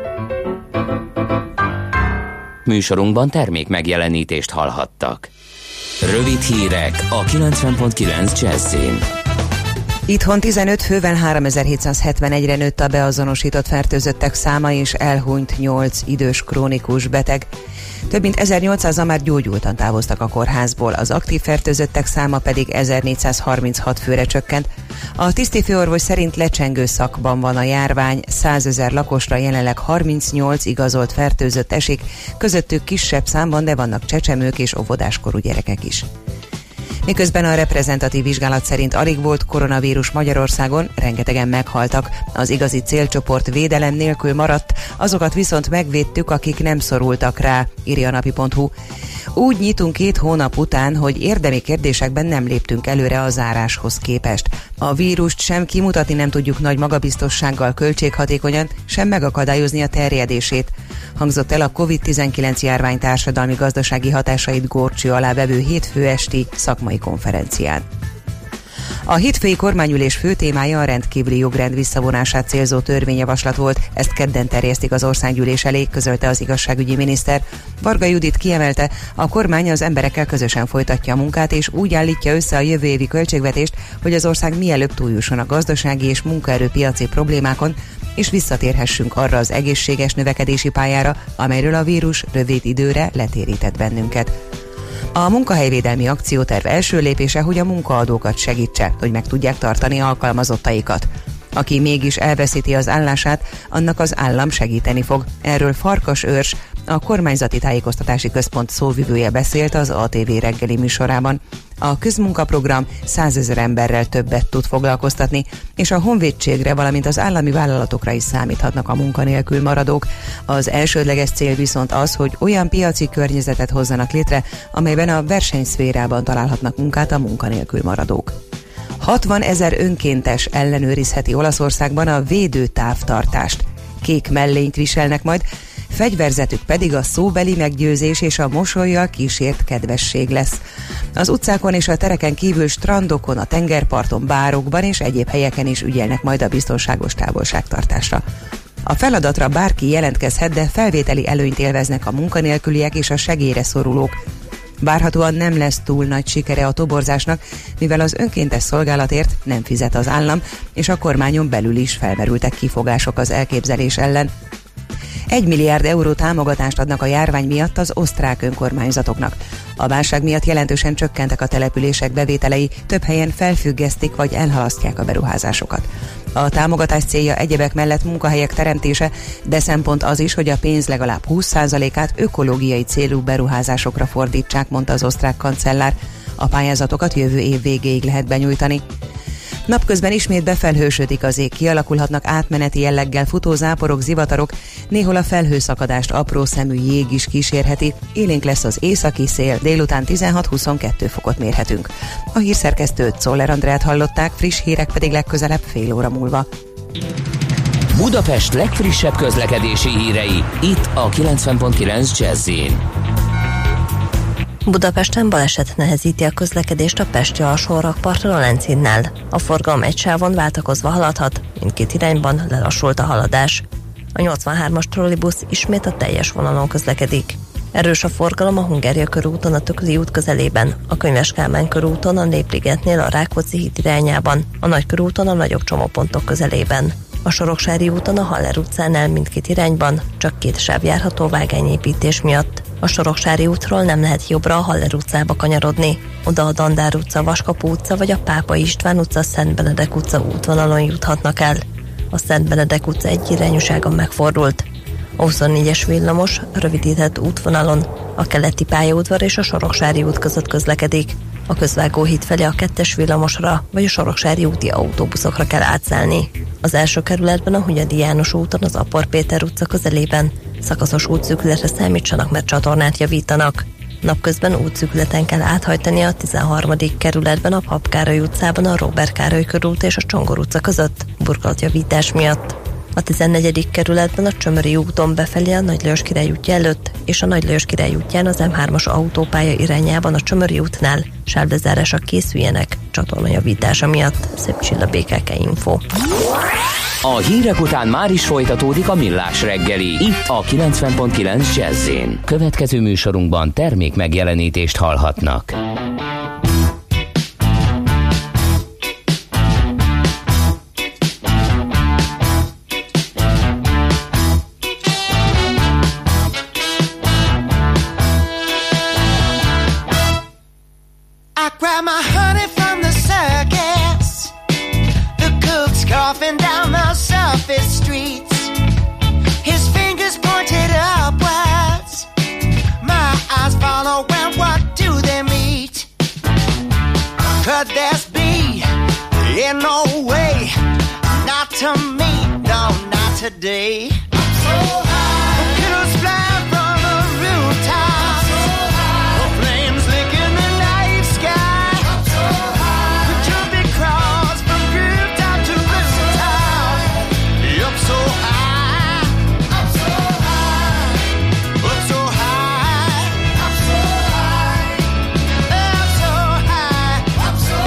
Műsorunkban termék megjelenítést hallhattak. Rövid hírek a kilencven pont kilenc Jazzin. Itthon tizenöt fővel háromezer-hétszázhetvenegyre nőtt a beazonosított fertőzöttek száma, és elhunyt nyolc idős krónikus beteg. Több mint ezernyolcszázan már gyógyultan távoztak a kórházból, az aktív fertőzöttek száma pedig ezernégyszázharminchat főre csökkent. A tisztifőorvos szerint lecsengő szakban van a járvány, százezer lakosra jelenleg harmincnyolc igazolt fertőzött esik, közöttük kisebb számban, de vannak csecsemők és óvodáskorú gyerekek is. Miközben a reprezentatív vizsgálat szerint alig volt koronavírus Magyarországon, rengetegen meghaltak. Az igazi célcsoport védelem nélkül maradt, azokat viszont megvédtük, akik nem szorultak rá, írja a napi pont hu. Úgy nyitunk két hónap után, hogy érdemi kérdésekben nem léptünk előre a záráshoz képest. A vírust sem kimutatni nem tudjuk nagy magabiztossággal, költséghatékonyan, sem megakadályozni a terjedését, hangzott el a kovid tizenkilenc járvány társadalmi-gazdasági hatásait górcső alá vevő hétfő esti szakmai konferencián. A hétfői kormányülés fő témája a rendkívüli jogrend visszavonását célzó törvényjavaslat volt, ezt kedden terjesztik az országgyűlés elé, közölte az igazságügyi miniszter. Varga Judit kiemelte, a kormány az emberekkel közösen folytatja a munkát, és úgy állítja össze a jövő évi költségvetést, hogy az ország mielőbb túljusson a gazdasági és munkaerőpiaci problémákon, és visszatérhessünk arra az egészséges növekedési pályára, amelyről a vírus rövid időre letérített bennünket. A munkahelyvédelmi akcióterv első lépése, hogy a munkaadókat segítse, hogy meg tudják tartani alkalmazottaikat. Aki mégis elveszíti az állását, annak az állam segíteni fog. Erről Farkas Őrs, a Kormányzati Tájékoztatási Központ szóvivője beszélt az á té vé reggeli műsorában. A közmunkaprogram százezer emberrel többet tud foglalkoztatni, és a honvédségre, valamint az állami vállalatokra is számíthatnak a munkanélkül maradók. Az elsődleges cél viszont az, hogy olyan piaci környezetet hozzanak létre, amelyben a versenyszférában találhatnak munkát a munkanélkül maradók. hatvan ezer önkéntes ellenőrizheti Olaszországban a védőtávtartást. Kék mellényt viselnek majd, fegyverzetük pedig a szóbeli meggyőzés és a mosollyal kísért kedvesség lesz. Az utcákon és a tereken kívül strandokon, a tengerparton, bárokban és egyéb helyeken is ügyelnek majd a biztonságos távolságtartásra. A feladatra bárki jelentkezhet, de felvételi előnyt élveznek a munkanélküliek és a segélyre szorulók. Várhatóan nem lesz túl nagy sikere a toborzásnak, mivel az önkéntes szolgálatért nem fizet az állam, és a kormányon belül is felmerültek kifogások az elképzelés ellen. Egy milliárd euró támogatást adnak a járvány miatt az osztrák önkormányzatoknak. A válság miatt jelentősen csökkentek a települések bevételei, több helyen felfüggesztik vagy elhalasztják a beruházásokat. A támogatás célja egyebek mellett munkahelyek teremtése, de szempont az is, hogy a pénz legalább húsz százalékát ökológiai célú beruházásokra fordítsák, mondta az osztrák kancellár. A pályázatokat jövő év végéig lehet benyújtani. Napközben ismét befelhősödik az ég, kialakulhatnak átmeneti jelleggel futó záporok, zivatarok, néhol a felhőszakadást apró szemű jég is kísérheti, élénk lesz az északi szél, délután tizenhat-huszonkettő fokot mérhetünk. A hírszerkesztőt, Czoller Andrát hallották, friss hírek pedig legközelebb fél óra múlva. Budapest legfrissebb közlekedési hírei, itt a kilencven pont kilenc Jazz-in. Budapesten baleset nehezíti a közlekedést a pesti alsórakparton a Lánchídnál. A forgalom egy sávon váltakozva haladhat, mindkét irányban lelassult a haladás. A nyolcvanhármas trollibusz ismét a teljes vonalon közlekedik. Erős a forgalom a Hungária körúton a Tököli út közelében, a Könyves Kálmán körúton a Népligetnél a Rákóczi híd irányában, a Nagykörúton a nagyobb csomópontok közelében. A Soroksári úton a Haller utcánál mindkét irányban csak két sáv járható vágányépítés miatt. A Soroksári útról nem lehet jobbra a Haller utcába kanyarodni. Oda a Dandár utca, Vaskapu utca vagy a Pápa István utca, Szent Benedek utca útvonalon juthatnak el. A Szent Benedek utca egyirányúságon megfordult. A huszonnégyes villamos rövidített útvonalon a Keleti pályaudvar és a Soroksári út között közlekedik. A Közvágóhíd felé a kettes villamosra vagy a Soroksári úti autóbuszokra kell átszállni. Az első kerületben a Hunyadi János úton az Apor Péter utca közelében szakaszos útszűkületre számítsanak, mert csatornát javítanak. Napközben útszűkületen kell áthajtani a tizenharmadik kerületben a Papp Károly utcában a Róbert Károly körút és a Csongor utca között burkolatjavítás miatt. A tizennegyedik kerületben a Csömöri úton befelé a Nagy Lajos Király útja előtt és a Nagy Lajos Király útján az em hármas autópálya irányában a Csömöri útnál sávlezárásra készüljenek csatornajavítása miatt. Szép Csilla, bé ká ká Info. A hírek után már is folytatódik a Millás reggeli, itt a kilencven pont kilenc Jazz-én. Következő műsorunkban termék megjelenítést hallhatnak. There's be in no way, not to me, no, not today. So high, the kids fly from the rooftop. So high, the flames licking the night sky. So high, the jumpy cross from rooftop to rooftop. Up so high, up so high, up so high, up so high, up so high. Up so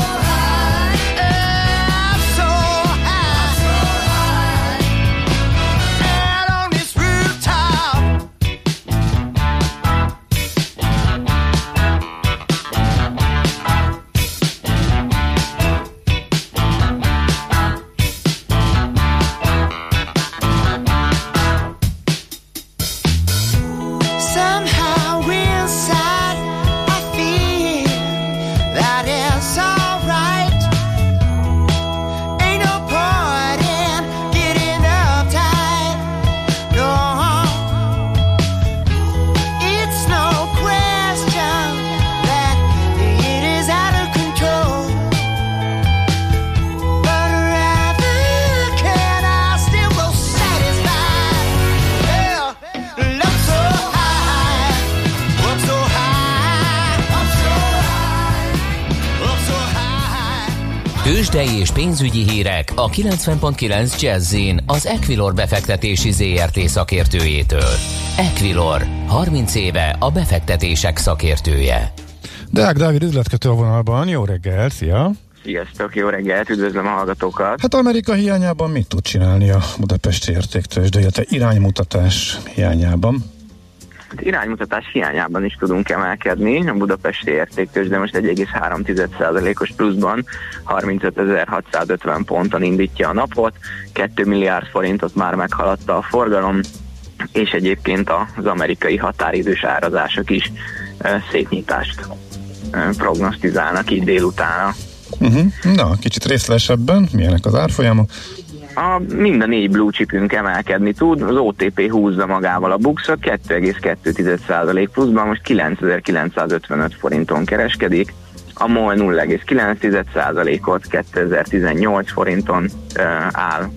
Tőzsdei és pénzügyi hírek a kilencven pont kilenc Jazz-in az Equilor befektetési zé er té szakértőjétől. Equilor, harminc éve a befektetések szakértője. Deák Dávid üzletkötő a vonalban, jó reggel, szia! Sziasztok, jó reggelt, üdvözlöm a hallgatókat! Hát Amerika hiányában mit tud csinálni a budapesti értéktőzsde, illetve iránymutatás hiányában? Iránymutatás hiányában is tudunk emelkedni. A budapesti értéktőzsde most egy egész három százalékos pluszban harmincötezer-hatszázötven ponton indítja a napot, két milliárd forintot már meghaladta a forgalom, és egyébként az amerikai határidős árazások is szétnyitást prognosztizálnak így délutána. Uh-huh. Na, kicsit részletesebben, milyenek az árfolyamok? A, mind a négy blue chipünk emelkedni tud, az o té pé húzza magával a buxot, két egész kettő százalék pluszban, most kilencezer-kilencszázötvenöt forinton kereskedik, a MOL nulla egész kilenc százalékot kétezer-tizennyolc forinton uh, áll.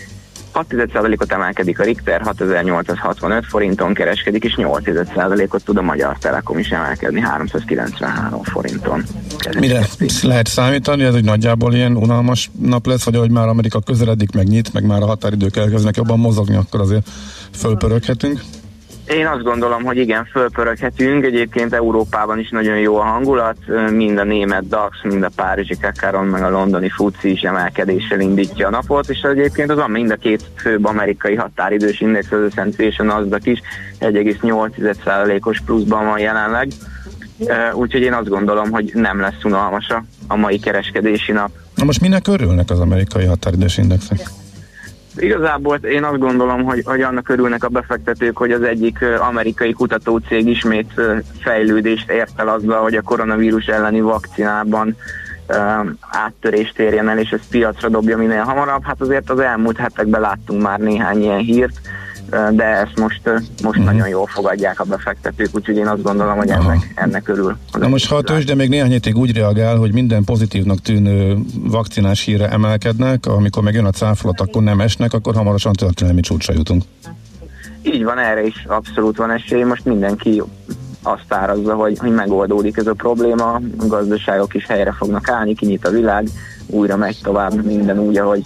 hat százalékot emelkedik a Richter, hatezer-nyolcszázhatvanöt forinton kereskedik, és nyolc százalékot tud a Magyar Telekom is emelkedni, háromszázkilencvenhárom forinton. Mire lehet számítani? Ez egy nagyjából ilyen unalmas nap lesz, vagy ahogy már Amerika közeledik, meg nyit, meg már a határidők elkezdenek jobban mozogni, akkor azért fölpöröghetünk? Én azt gondolom, hogy igen, fölpöröghetünk. Egyébként Európában is nagyon jó a hangulat, mind a német DAX, mind a párizsi Kakaron, meg a londoni fuci is emelkedéssel indítja a napot, és egyébként az mind a két főbb amerikai határidős index, az es and pé és a Nasdaq is egy egész nyolc százalékos pluszban van jelenleg. Úgyhogy én azt gondolom, hogy nem lesz unalmas a mai kereskedési nap. Na most minek örülnek az amerikai határidős indexek? Igazából én azt gondolom, hogy, hogy annak örülnek a befektetők, hogy az egyik amerikai kutatócég ismét fejlődést ért el azzal, hogy a koronavírus elleni vakcinában uh, áttörést érjen el, és ezt piacra dobja minél hamarabb. Hát azért az elmúlt hetekben láttunk már néhány ilyen hírt, de ezt most, most uh-huh. nagyon jól fogadják a befektetők, úgyhogy én azt gondolom, hogy ennek, ennek örül. Na most ha a tőzsde még néhány hétig úgy reagál, hogy minden pozitívnak tűnő vakcinás hírre emelkednek, amikor meg jön a cáfolat, akkor nem esnek, akkor hamarosan történelmi csúcsra jutunk. Így van, erre is abszolút van esély. Most mindenki azt árazza, hogy, hogy megoldódik ez a probléma, a gazdaságok is helyre fognak állni, kinyit a világ, újra megy tovább minden úgy, ahogy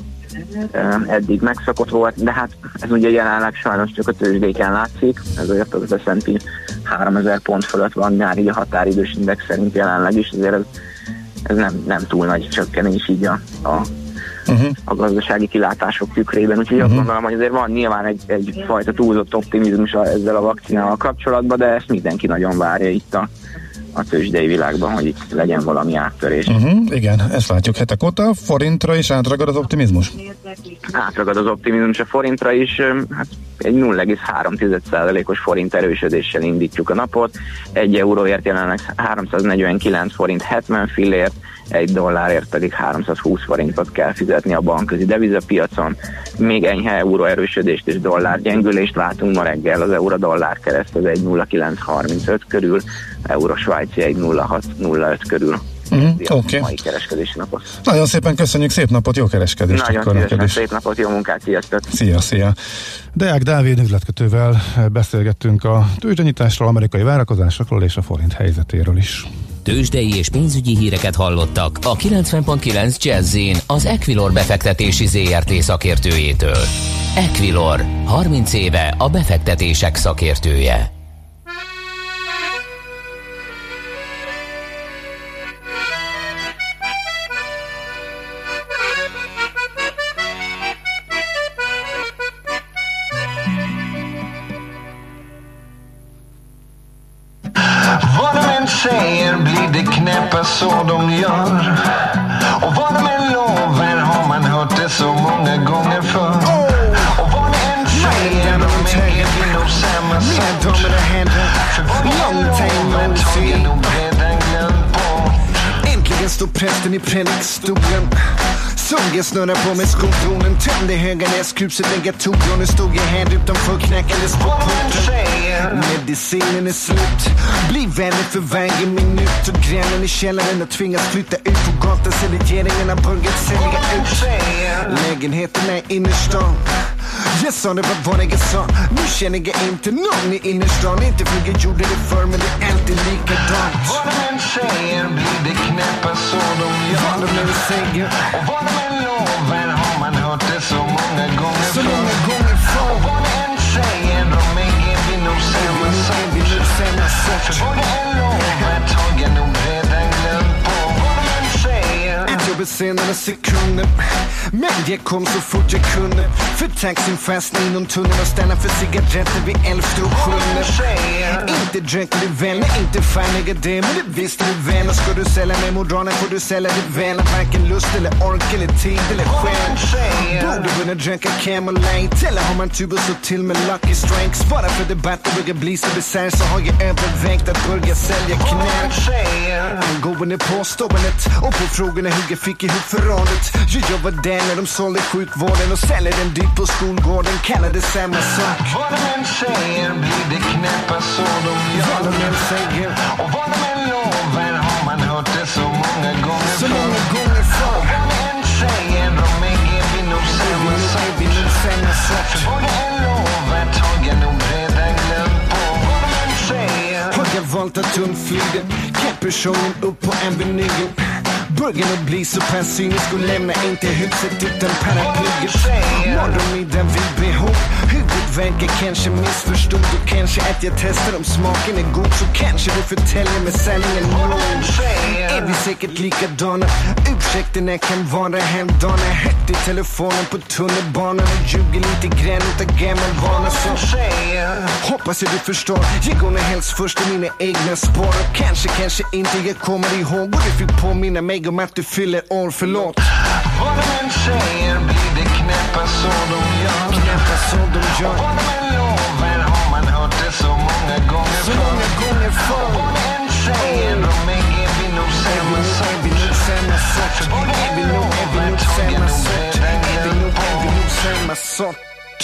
eddig megszokott volt, de hát ez ugye jelenleg sajnos csak a tőzsdéken látszik, ezért az es and pé háromezer pont fölött van, már így a határidős index szerint jelenleg is, ezért ez, ez nem, nem túl nagy csökkenés így a, a, uh-huh. a gazdasági kilátások tükrében, úgyhogy uh-huh. azt gondolom, hogy azért van nyilván egy, egyfajta túlzott optimizmus ezzel a vakcinával kapcsolatban, de ezt mindenki nagyon várja itt a a tőzsdei világban, hogy itt legyen valami áttörés. Uh-huh, igen, ezt látjuk hetek óta. Forintra is átragad az optimizmus? Átragad az optimizmus a forintra is, hát egy nulla egész három százalékos forint erősödéssel indítjuk a napot. Egy euróért jelenleg háromszáznegyvenkilenc forint hetven fillért, egy dollárért pedig háromszázhúsz forintot kell fizetni a bankközi devizapiacon. Még enyhe euró erősödést és dollár gyengülést látunk ma reggel, az euró-dollár kereszt az egy nulla kilenc harmincöt körül, euró-svájci egy nulla hat nulla öt körül. Mm, Oké. Okay. Mai kereskedési napot. Nagyon szépen köszönjük, szép napot, jó kereskedést. Nagyon szívesen, szép napot, jó munkát, sziasztok. Szia, szia. Deák Dávid üzletkötővel beszélgettünk a tőzsdenyításról, amerikai várakozásokról és a forint helyzetéről is. Tőzsdei és pénzügyi híreket hallottak a kilencven pont kilenc Jazz-in az Equilor befektetési zé er té szakértőjétől. Equilor, harminc éve a befektetések szakértője. Säger blir det knäppa så de gör. Och vad de än lovar har man hört det så många gånger förr. Och vad de än säger de är nog samma sort. För vad de lovar tar jag nog redan glömt bort. Äntligen står prästen i predikstolen. Såg snurra på med skoltonen. Tömde höga näskruset, lägga togon. Nu stod jag här utanför knäckades på porten. Medicinen är slut. Bli vänner för varje minut. Och gränen i källaren har tvingats flytta ut på gatan. Så regeringen har börjat sälja ut lägenheterna i innerstan. Jag sa det var vad jag sa. Nu känner jag inte någon i innerstan. Inte för jag gjorde det för, men det är alltid likadant. Vad de än säger blir det knäppa så de gör. Vad de än säger. Och vad de än lovar har man hört det så många gånger Så många gånger förr. Och vad de än säger de är vi nog samma sak. För vad de än lovar tar jag nog redan glömt på. Vad de än säger. Ett jobb senare sekunder. Men jag kom så fort jag kunde. För taxin fastnade inom tunneln och stannade för cigaretter vid elfte och sjunde. Inte dricker du väl, nej inte fan jag det. Men det visste du väl. Och ska du sälja med moralen får du sälja det väl. Att varken lust eller ork eller tid eller själ. Borde kunna dricka Camel Light. Eller har man tuber så till med Lucky Strikes. Bara för debatt och börja bli så besär. Så har jag övervägt att börja sälja knäck. Angående påståendet och på frågorna hur jag fick ihop förrådet. Jag jobbar där när de sålde sjukvården och säljer den dyrt på skolgården. Kallar det samma sak. Vad de än säger blir det knäppa så de gör. Vad de än säger. Och vad de än lovar har man hört det så många gånger Så många gånger förr. Och vad de än säger de är vi nog samma sak. För vad de än lovar tar jag nog redan glömt på. Vad de än säger. Har jag valt att undflyga. Kan personen upp på en vinyl. Början att bli så pass cynisk och lämna inte huset utan paraplyet. Morgonmiddag vid behov. Huvudvärk, jag kanske missförstod och kanske att jag testar om smaken är god, så kanske du förtäljer mig sanningen nog. Är vi säkert likadana? Ursäkterna kan vara hemdana. Hett i telefonen på tunnelbanan och ljuger lite grann utav gammal vana. Så hoppas jag du förstår. Jag går nog helst först i mina egna spår. Och kanske, kanske inte jag kommer ihåg. Och du fick påminna mig om att du fyller år, förlåt. Vad de än säger blir det knäppa så de gör. Knäppa så de gör. Och vad de än lovar har man hört det så många gånger så förr. många gånger förr. Och vad de än säger de är vi nog samma sort. Är vi nog samma sort. Är vi nog, är vi nog samma sort. Är vi nog, är vi nog samma sort.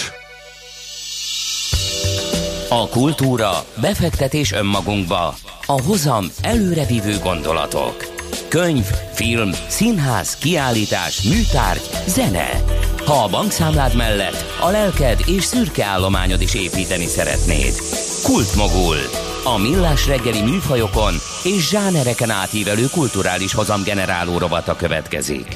A kultúra, befektetés önmagunkba, a hozam előrevívő gondolatok. Könyv, film, színház, kiállítás, műtárgy, zene. Ha a bankszámlád mellett a lelked és szürke állományod is építeni szeretnéd. Kultmogul. A millás reggeli műfajokon és zsánereken átívelő kulturális hozamgeneráló rovata következik.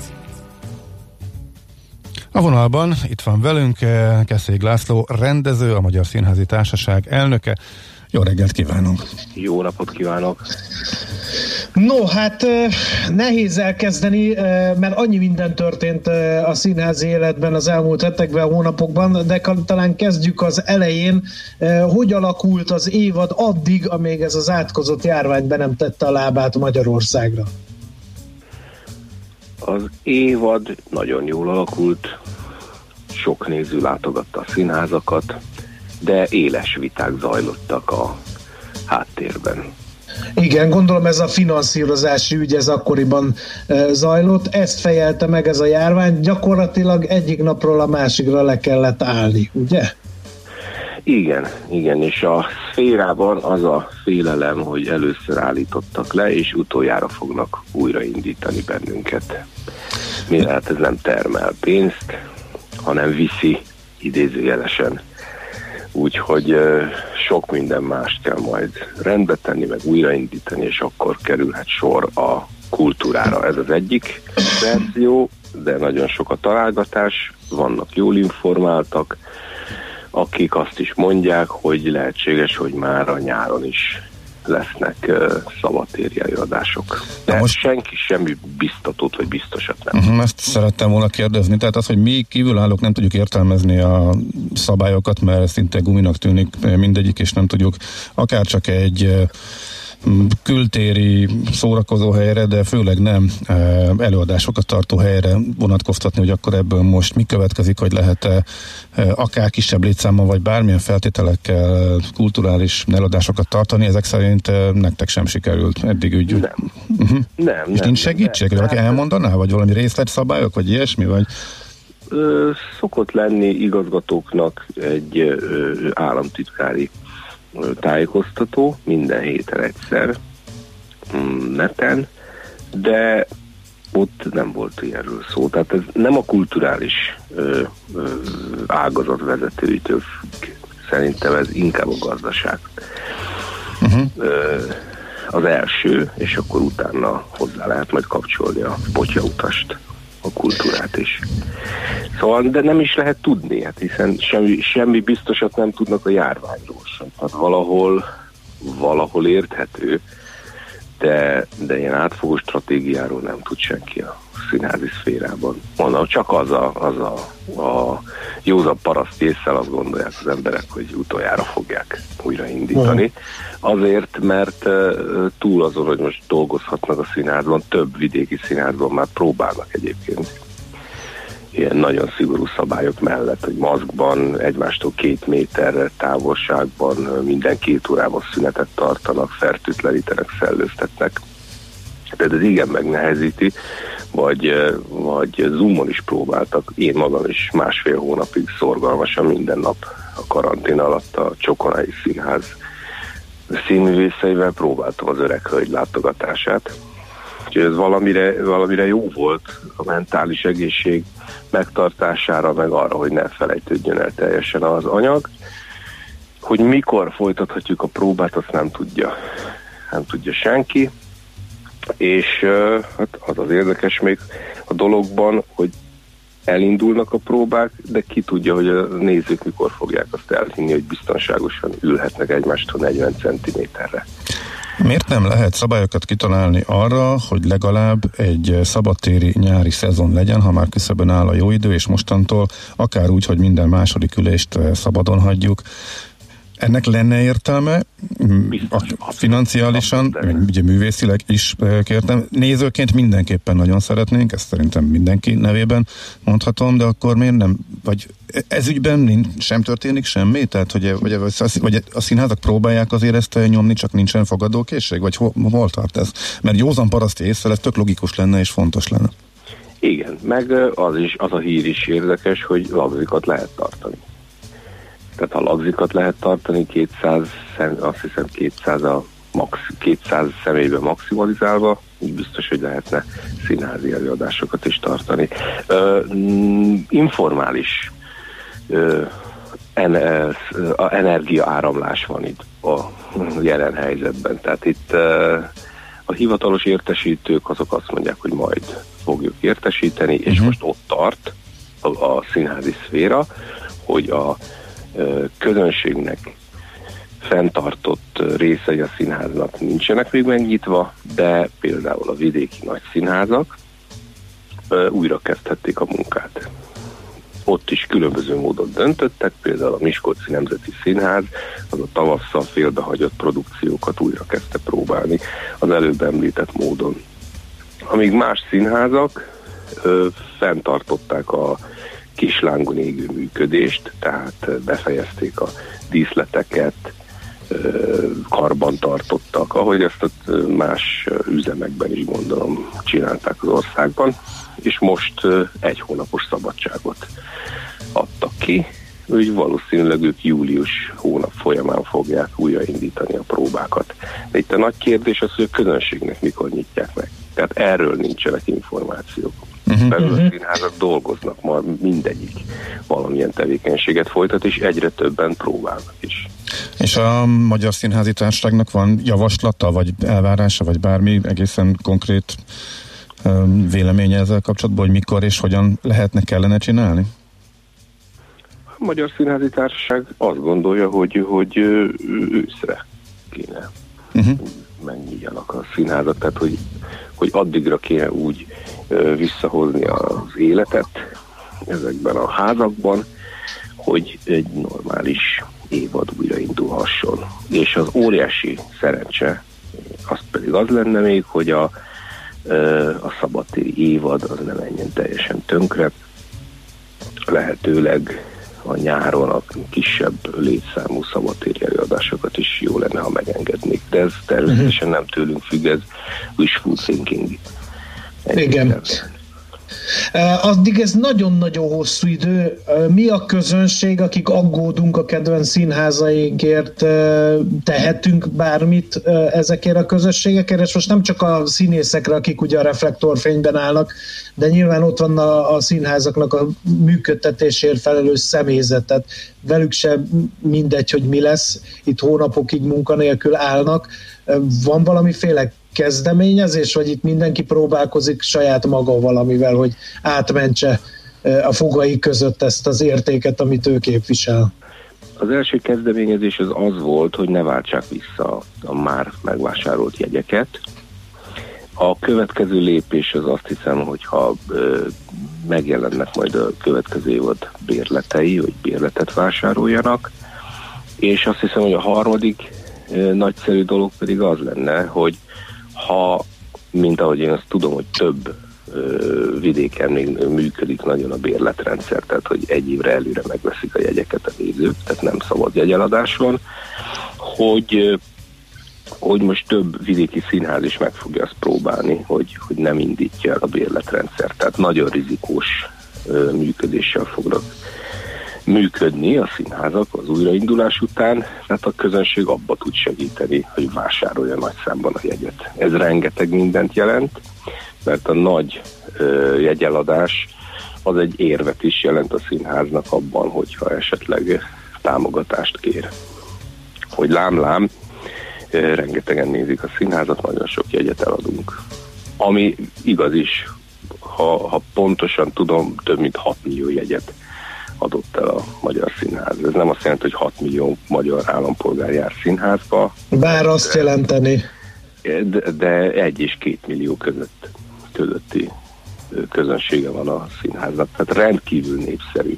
A vonalban itt van velünk Keszék László, rendező, a Magyar Színházi Társaság elnöke. Jó reggelt kívánunk! Jó napot kívánok! No, hát nehéz elkezdeni, mert annyi minden történt a színházi életben az elmúlt hetekben, hónapokban, de talán kezdjük az elején. Hogy alakult az évad addig, amíg ez az átkozott járvány be nem tette a lábát Magyarországra? Az évad nagyon jól alakult, sok néző látogatta a színházakat, de éles viták zajlottak a háttérben. Igen, gondolom ez a finanszírozási ügy, ez akkoriban e, zajlott, ezt fejelte meg ez a járvány, gyakorlatilag egyik napról a másikra le kellett állni, ugye? Igen, igen, és a szférában az a félelem, hogy először állítottak le, és utoljára fognak újraindítani bennünket. Mivel hát ez nem termel pénzt, hanem viszi idézőjelesen. Úgyhogy sok minden mást kell majd rendbe tenni, meg újraindítani, és akkor kerülhet sor a kultúrára. Ez az egyik verzió, de nagyon sok a találgatás, vannak jól informáltak, akik azt is mondják, hogy lehetséges, hogy már a nyáron is lesznek uh, szabadtéri előadások. De most senki semmi biztatót vagy biztosat nem. Uh-huh, ezt szerettem volna kérdezni. Tehát az, hogy mi kívülállók nem tudjuk értelmezni a szabályokat, mert szinte guminak tűnik mindegyik, és nem tudjuk akár csak egy kültéri szórakozó helyre, de főleg nem előadásokat tartó helyre vonatkoztatni, hogy akkor ebből most mi következik, hogy lehet-e akár kisebb létszámmal, vagy bármilyen feltételekkel kulturális előadásokat tartani, ezek szerint nektek sem sikerült eddig úgy. Nem. Uh-huh. nem És nem, nincs segítség? Nem, valaki elmondaná, vagy valami részletszabályok, vagy ilyesmi, vagy? Ö, szokott lenni igazgatóknak egy ö, államtitkári tájékoztató minden héten egyszer neten, de ott nem volt ilyenről szó. Tehát ez nem a kulturális ö, ö, ágazat vezetőitől függ. Szerintem ez inkább a gazdaság. Uh-huh. Ö, az első, és akkor utána hozzá lehet majd kapcsolni a potyautast, a kultúrát is. Szóval, de nem is lehet tudni, hát hiszen semmi, semmi biztosat nem tudnak a járványról sem. Hát valahol, valahol érthető, de, de ilyen átfogó stratégiáról nem tud senki a színházi szférában. Mondom, csak az a, az a, a józabb paraszt ésszel azt gondolják az emberek, hogy utoljára fogják újraindítani. Azért, mert uh, túl azon, hogy most dolgozhatnak a színházban, több vidéki színházban már próbálnak egyébként ilyen nagyon szigorú szabályok mellett, hogy maszkban, egymástól két méter távolságban minden két órában szünetet tartanak, fertőtlenítenek, szellőztetnek. Tehát ez igen megnehezíti, vagy, vagy Zoomon is próbáltak. Én magam is másfél hónapig szorgalmasan minden nap a karantén alatt a Csokonai Színház színművészeivel próbáltam az öreg hölgy látogatását. Úgyhogy ez valamire, valamire jó volt a mentális egészség megtartására, meg arra, hogy ne felejtődjön el teljesen az anyag. Hogy mikor folytathatjuk a próbát, azt nem tudja. Nem tudja senki. És hát az az érdekes még a dologban, hogy elindulnak a próbák, de ki tudja, hogy a nézők mikor fogják azt elhinni, hogy biztonságosan ülhetnek egymástól negyven centiméterre. Miért nem lehet szabályokat kitalálni arra, hogy legalább egy szabadtéri nyári szezon legyen, ha már küszöbön áll a jó idő, és mostantól akár úgy, hogy minden második ülést szabadon hagyjuk. Ennek lenne értelme, a, a financiálisan, ugye művészileg is kértem, nézőként mindenképpen nagyon szeretnénk, ezt szerintem mindenki nevében mondhatom, de akkor miért nem, vagy ez ügyben nincs, sem történik semmi? Tehát, hogy, vagy, vagy a színházak próbálják azért ezt nyomni, csak nincsen fogadókészség? Vagy hol, hol tart ez? Mert józan paraszti észre ez tök logikus lenne és fontos lenne. Igen, meg az is, az a hír is érdekes, hogy lagzikat lehet tartani. Tehát ha lagzikat lehet tartani, kétszáz, azt hiszem kétszáz, a max, kétszáz személyben maximalizálva, úgy biztos, hogy lehetne színházi előadásokat is tartani. Ö, informális ö, en, a energiaáramlás van itt a jelen helyzetben. Tehát itt ö, a hivatalos értesítők azok azt mondják, hogy majd fogjuk értesíteni, és uh-huh. most ott tart a, a színházi szféra, hogy a közönségnek fenntartott részei a színháznak nincsenek még megnyitva, de például a vidéki nagy színházak újra kezdhették a munkát. Ott is különböző módon döntöttek, például a Miskolci Nemzeti Színház az a tavasszal félbehagyott produkciókat újra kezdte próbálni az előbb említett módon. Amíg más színházak ö, fenntartották a kislángon égő működést, tehát befejezték a díszleteket, karban tartottak, ahogy ezt más üzemekben is gondolom csinálták az országban, és most egy hónapos szabadságot adtak ki, úgy valószínűleg ők július hónap folyamán fogják újraindítani a próbákat. De itt a nagy kérdés az, hogy a közönségnek mikor nyitják meg. Tehát erről nincsenek információk. Uh-huh. Belül a színházak dolgoznak, ma mindegyik valamilyen tevékenységet folytat, és egyre többen próbálnak is. És a Magyar Színházi Társaságnak van javaslata, vagy elvárása, vagy bármi egészen konkrét um, véleménye ezzel kapcsolatban, hogy mikor és hogyan lehetne, kellene csinálni? A Magyar Színházi Társaság azt gondolja, hogy, hogy őszre kéne uh-huh. megnyíljanak a színházak, tehát hogy, hogy addigra kéne úgy uh, visszahozni az életet ezekben a házakban, hogy egy normális évad újraindulhasson. És az óriási szerencse az pedig az lenne még, hogy a, a szabadtéri évad az ne menjen teljesen tönkre. Lehetőleg a nyáron a kisebb létszámú szabadtéri előadásokat is jó lenne, ha megengednék. De ez természetesen nem tőlünk függ, ez wishful thinking. Ennyi igen. Természetesen. Addig ez nagyon-nagyon hosszú idő. Mi a közönség, akik aggódunk a kedvenc színházainkért, tehetünk bármit ezekért a közösségekért, és most nem csak a színészekre, akik ugye a reflektorfényben állnak, de nyilván ott van a, a színházaknak a működtetésért felelős személyzetet. Velük sem mindegy, hogy mi lesz. Itt hónapokig munkanélkül állnak. Van valamiféle kezdeményezés, vagy itt mindenki próbálkozik saját maga valamivel, hogy átmentse a fogai között ezt az értéket, amit ő képvisel? Az első kezdeményezés az az volt, hogy ne váltsák vissza a már megvásárolt jegyeket. A következő lépés az azt hiszem, hogyha ö, megjelennek majd a következő évad bérletei, hogy bérletet vásároljanak, és azt hiszem, hogy a harmadik ö, nagyszerű dolog pedig az lenne, hogy ha, mint ahogy én azt tudom, hogy több ö, vidéken még működik nagyon a bérletrendszer, tehát hogy egy évre előre megveszik a jegyeket a nézők, tehát nem szabad jegyeladás van, hogy, hogy most több vidéki színház is meg fogja azt próbálni, hogy, hogy nem indítja el a bérletrendszer, tehát nagyon rizikós ö, működéssel fognak működni a színházak az újraindulás után, tehát a közönség abba tud segíteni, hogy vásárolja nagy számban a jegyet. Ez rengeteg mindent jelent, mert a nagy ö, jegyeladás az egy érvet is jelent a színháznak abban, hogyha esetleg támogatást kér. Hogy lám-lám, ö, rengetegen nézik a színházat, nagyon sok jegyet eladunk. Ami igaz is ha, ha pontosan tudom, több mint hat millió jegyet adott el a Magyar Színház. Ez nem azt jelenti, hogy hat millió magyar állampolgár jár színházba. Bár azt de, jelenteni. De, de egy és két millió között, közötti közönsége van a színháznak. Tehát rendkívül népszerű.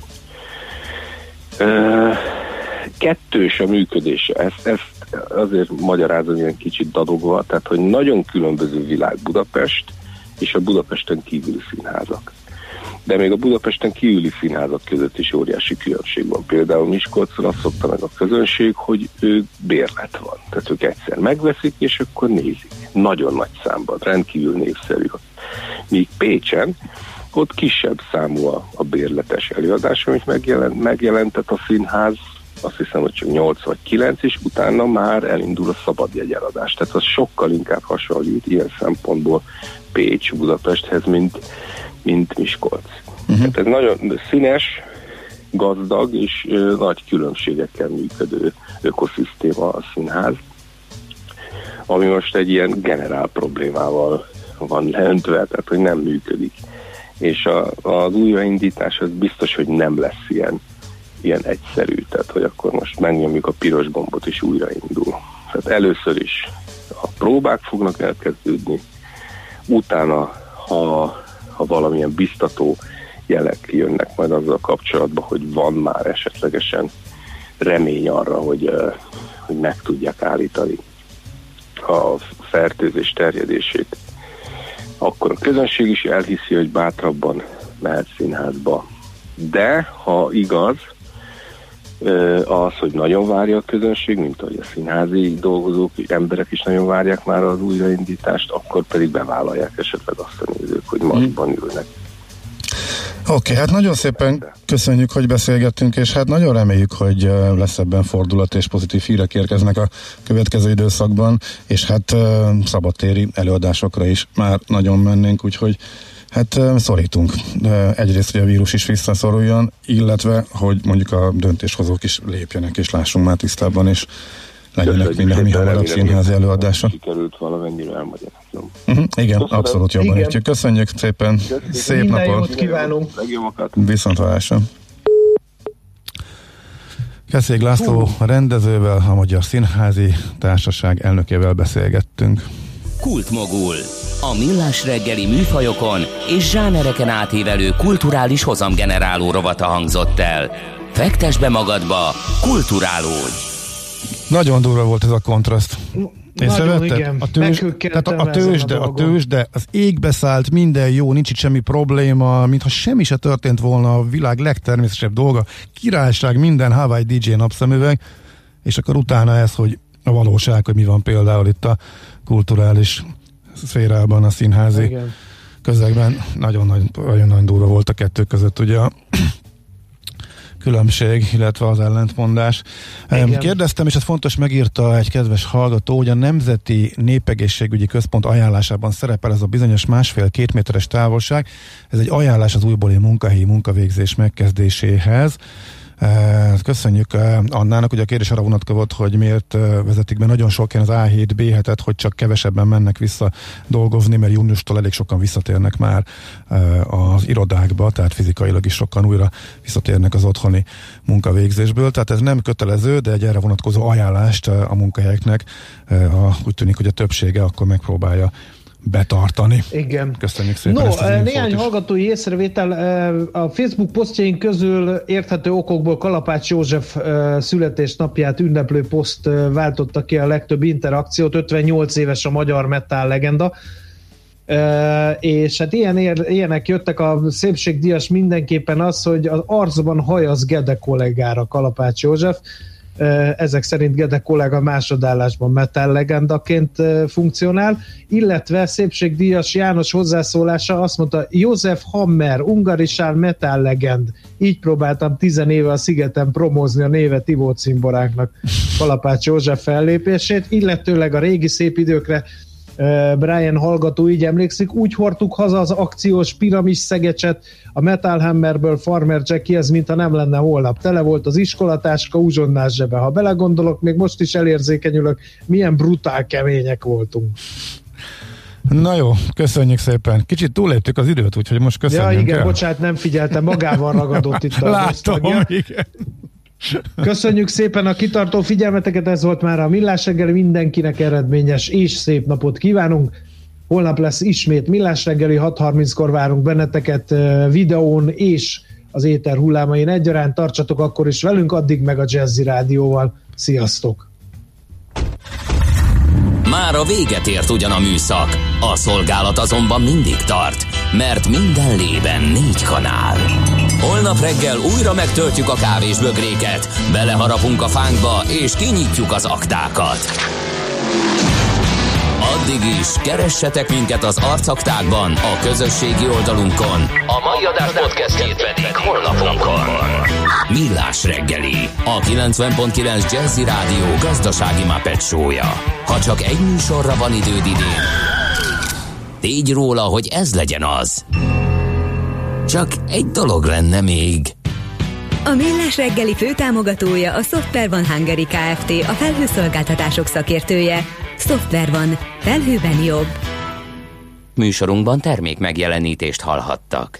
Kettős a működése. Ezt, ezt azért magyarázom ilyen kicsit dadogva, tehát hogy nagyon különböző világ Budapest és a Budapesten kívüli színházak. De még a Budapesten kívüli színházak között is óriási különbség van. Például Miskolcon azt szokta meg a közönség, hogy ő bérlet van. Tehát ők egyszer megveszik, és akkor nézik. Nagyon nagy számban, rendkívül népszerű. Míg Pécsen, ott kisebb számú a, a bérletes előadás, amit megjelent, megjelentett a színház, azt hiszem, hogy csak nyolc vagy kilenc, és utána már elindul a szabad jegyeladás. Tehát az sokkal inkább hasonlít ilyen szempontból Pécs Budapesthez, mint, mint Miskolc. Uh-huh. Tehát ez nagyon színes, gazdag és ö, nagy különbségekkel működő ökoszisztéma a színház, ami most egy ilyen generál problémával van leöntve, tehát hogy nem működik. És a, az újraindítás az biztos, hogy nem lesz ilyen, ilyen egyszerű, tehát hogy akkor most megnyomjuk a piros gombot és újraindul. Tehát először is a próbák fognak elkezdődni, utána, ha, ha valamilyen biztató jelek jönnek majd azzal kapcsolatban, hogy van már esetlegesen remény arra, hogy, hogy meg tudják állítani a fertőzés terjedését, akkor a közönség is elhiszi, hogy bátrabban mehet színházba. De ha igaz, az, hogy nagyon várja a közönség, mint ahogy a színházi dolgozók, emberek is nagyon várják már az újraindítást, akkor pedig bevállalják esetleg azt a nézők, hogy maszkban ülnek. Oké, okay, hát nagyon szépen köszönjük, hogy beszélgettünk, és hát nagyon reméljük, hogy lesz ebben fordulat, és pozitív hírek érkeznek a következő időszakban, és hát szabadtéri előadásokra is már nagyon mennénk, úgyhogy hát szorítunk. Egyrészt, hogy a vírus is visszaszoruljon, illetve, hogy mondjuk a döntéshozók is lépjenek, és lássunk már tisztában, és legyenek minden, mi hamarabb színházi előadása. Sikerült valamennyire elmagyaráznom. Uh-huh, igen, Köszönöm. Abszolút jobban igen. Értjük. Köszönjük szépen. Köszönjük. Szép minden napot. Jót kívánunk. Viszontlátásra. Keszék László a rendezővel, a Magyar Színházi Társaság elnökével beszélgettünk. Kultmogul. A millás reggeli műfajokon és zsánereken átívelő kulturális hozamgeneráló rovata hangzott el. Fektesd be magadba, kulturálódj! Nagyon durva volt ez a kontraszt. Nagyon, igen. A, tőzs, tehát a, a, tőzsde, a, a tőzsde, az égbe szállt, minden jó, nincs itt semmi probléma, mintha semmi se történt volna, a világ legtermészetesebb dolga, királyság, minden Hawaii dé dzsé napszemüveg, és akkor utána ez, hogy a valóság, hogy mi van például itt a kulturális szférában, a színházi igen. közegben. Nagyon nagy, nagyon nagy durva volt a kettő között, ugye a különbség, illetve az ellentmondás. Igen. Kérdeztem, és ez fontos, megírta egy kedves hallgató, hogy a Nemzeti Népegészségügyi Központ ajánlásában szerepel ez a bizonyos másfél-két méteres távolság. Ez egy ajánlás az újbóli munkahelyi munkavégzés megkezdéséhez. Köszönjük Annának, hogy a kérdés arra vonatkozott, hogy miért vezetik be nagyon sok ilyen az á hét bé hetet, hogy csak kevesebben mennek vissza dolgozni, mert júniustól elég sokan visszatérnek már az irodákba, tehát fizikailag is sokan újra visszatérnek az otthoni munkavégzésből, tehát ez nem kötelező, de egy erre vonatkozó ajánlást a munkahelyeknek úgy tűnik, hogy a többsége akkor megpróbálja betartani. Igen. Köszönjük szépen no, ezt az néhány is. hallgatói észrevétel. A Facebook posztjaink közül érthető okokból Kalapács József születésnapját ünneplő poszt váltotta ki a legtöbb interakciót. ötvennyolc éves a magyar metal legenda. És hát ilyen, ilyenek jöttek. A szépségdíjas mindenképpen az, hogy az arcban hajaz Gede kollégára Kalapács József. Ezek szerint Gede kollega másodállásban metal legendaként funkcionál, illetve szépségdíjas János hozzászólása azt mondta, József Hammer, ungarisál metal legend. Így próbáltam tizenéve a Szigeten promózni a néve Tivó cimboránknak Kalapács József fellépését, illetőleg a régi szép időkre Brian hallgató így emlékszik, úgy hordtuk haza az akciós piramis szegecset a Metal Hammerből Farmer Jackie-hez, mintha nem lenne holnap. Tele volt az iskolatáska uzsonnás zsebe. Ha belegondolok, még most is elérzékenyülök, milyen brutál kemények voltunk. Na jó, köszönjük szépen. Kicsit túléptük az időt, úgyhogy most köszönjük. Ja, igen, el. bocsánat, nem figyeltem, magával ragadott itt a Látom, igen. Köszönjük szépen a kitartó figyelmeteket, ez volt már a Millás reggeli, mindenkinek eredményes és szép napot kívánunk. Holnap lesz ismét Millás reggeli, hat harminckor várunk benneteket videón és az éter hullámain egyaránt. Tartsatok akkor is velünk, addig meg a Jazzy Rádióval. Sziasztok! Már a véget ért ugyan a műszak, a szolgálat azonban mindig tart, mert minden lében négy kanál. Holnap reggel újra megtöltjük a kávésbögréket, beleharapunk a fánkba és kinyitjuk az aktákat. Addig is keressetek minket az arcaktákban, a közösségi oldalunkon. A mai adás podcastjét pedig honlapunkon. Millás reggeli, a kilencven pont kilenc Jazzy Rádió gazdasági Muppet show-ja. Ha csak egy műsorra van időd idén, tégy róla, hogy ez legyen az. Csak egy dolog lenne még. A Millás reggeli főtámogatója a Software One Hungary Kft., a felhőszolgáltatások szakértője. Software One. Felhőben jobb. Műsorunkban termék megjelenítést hallhattak.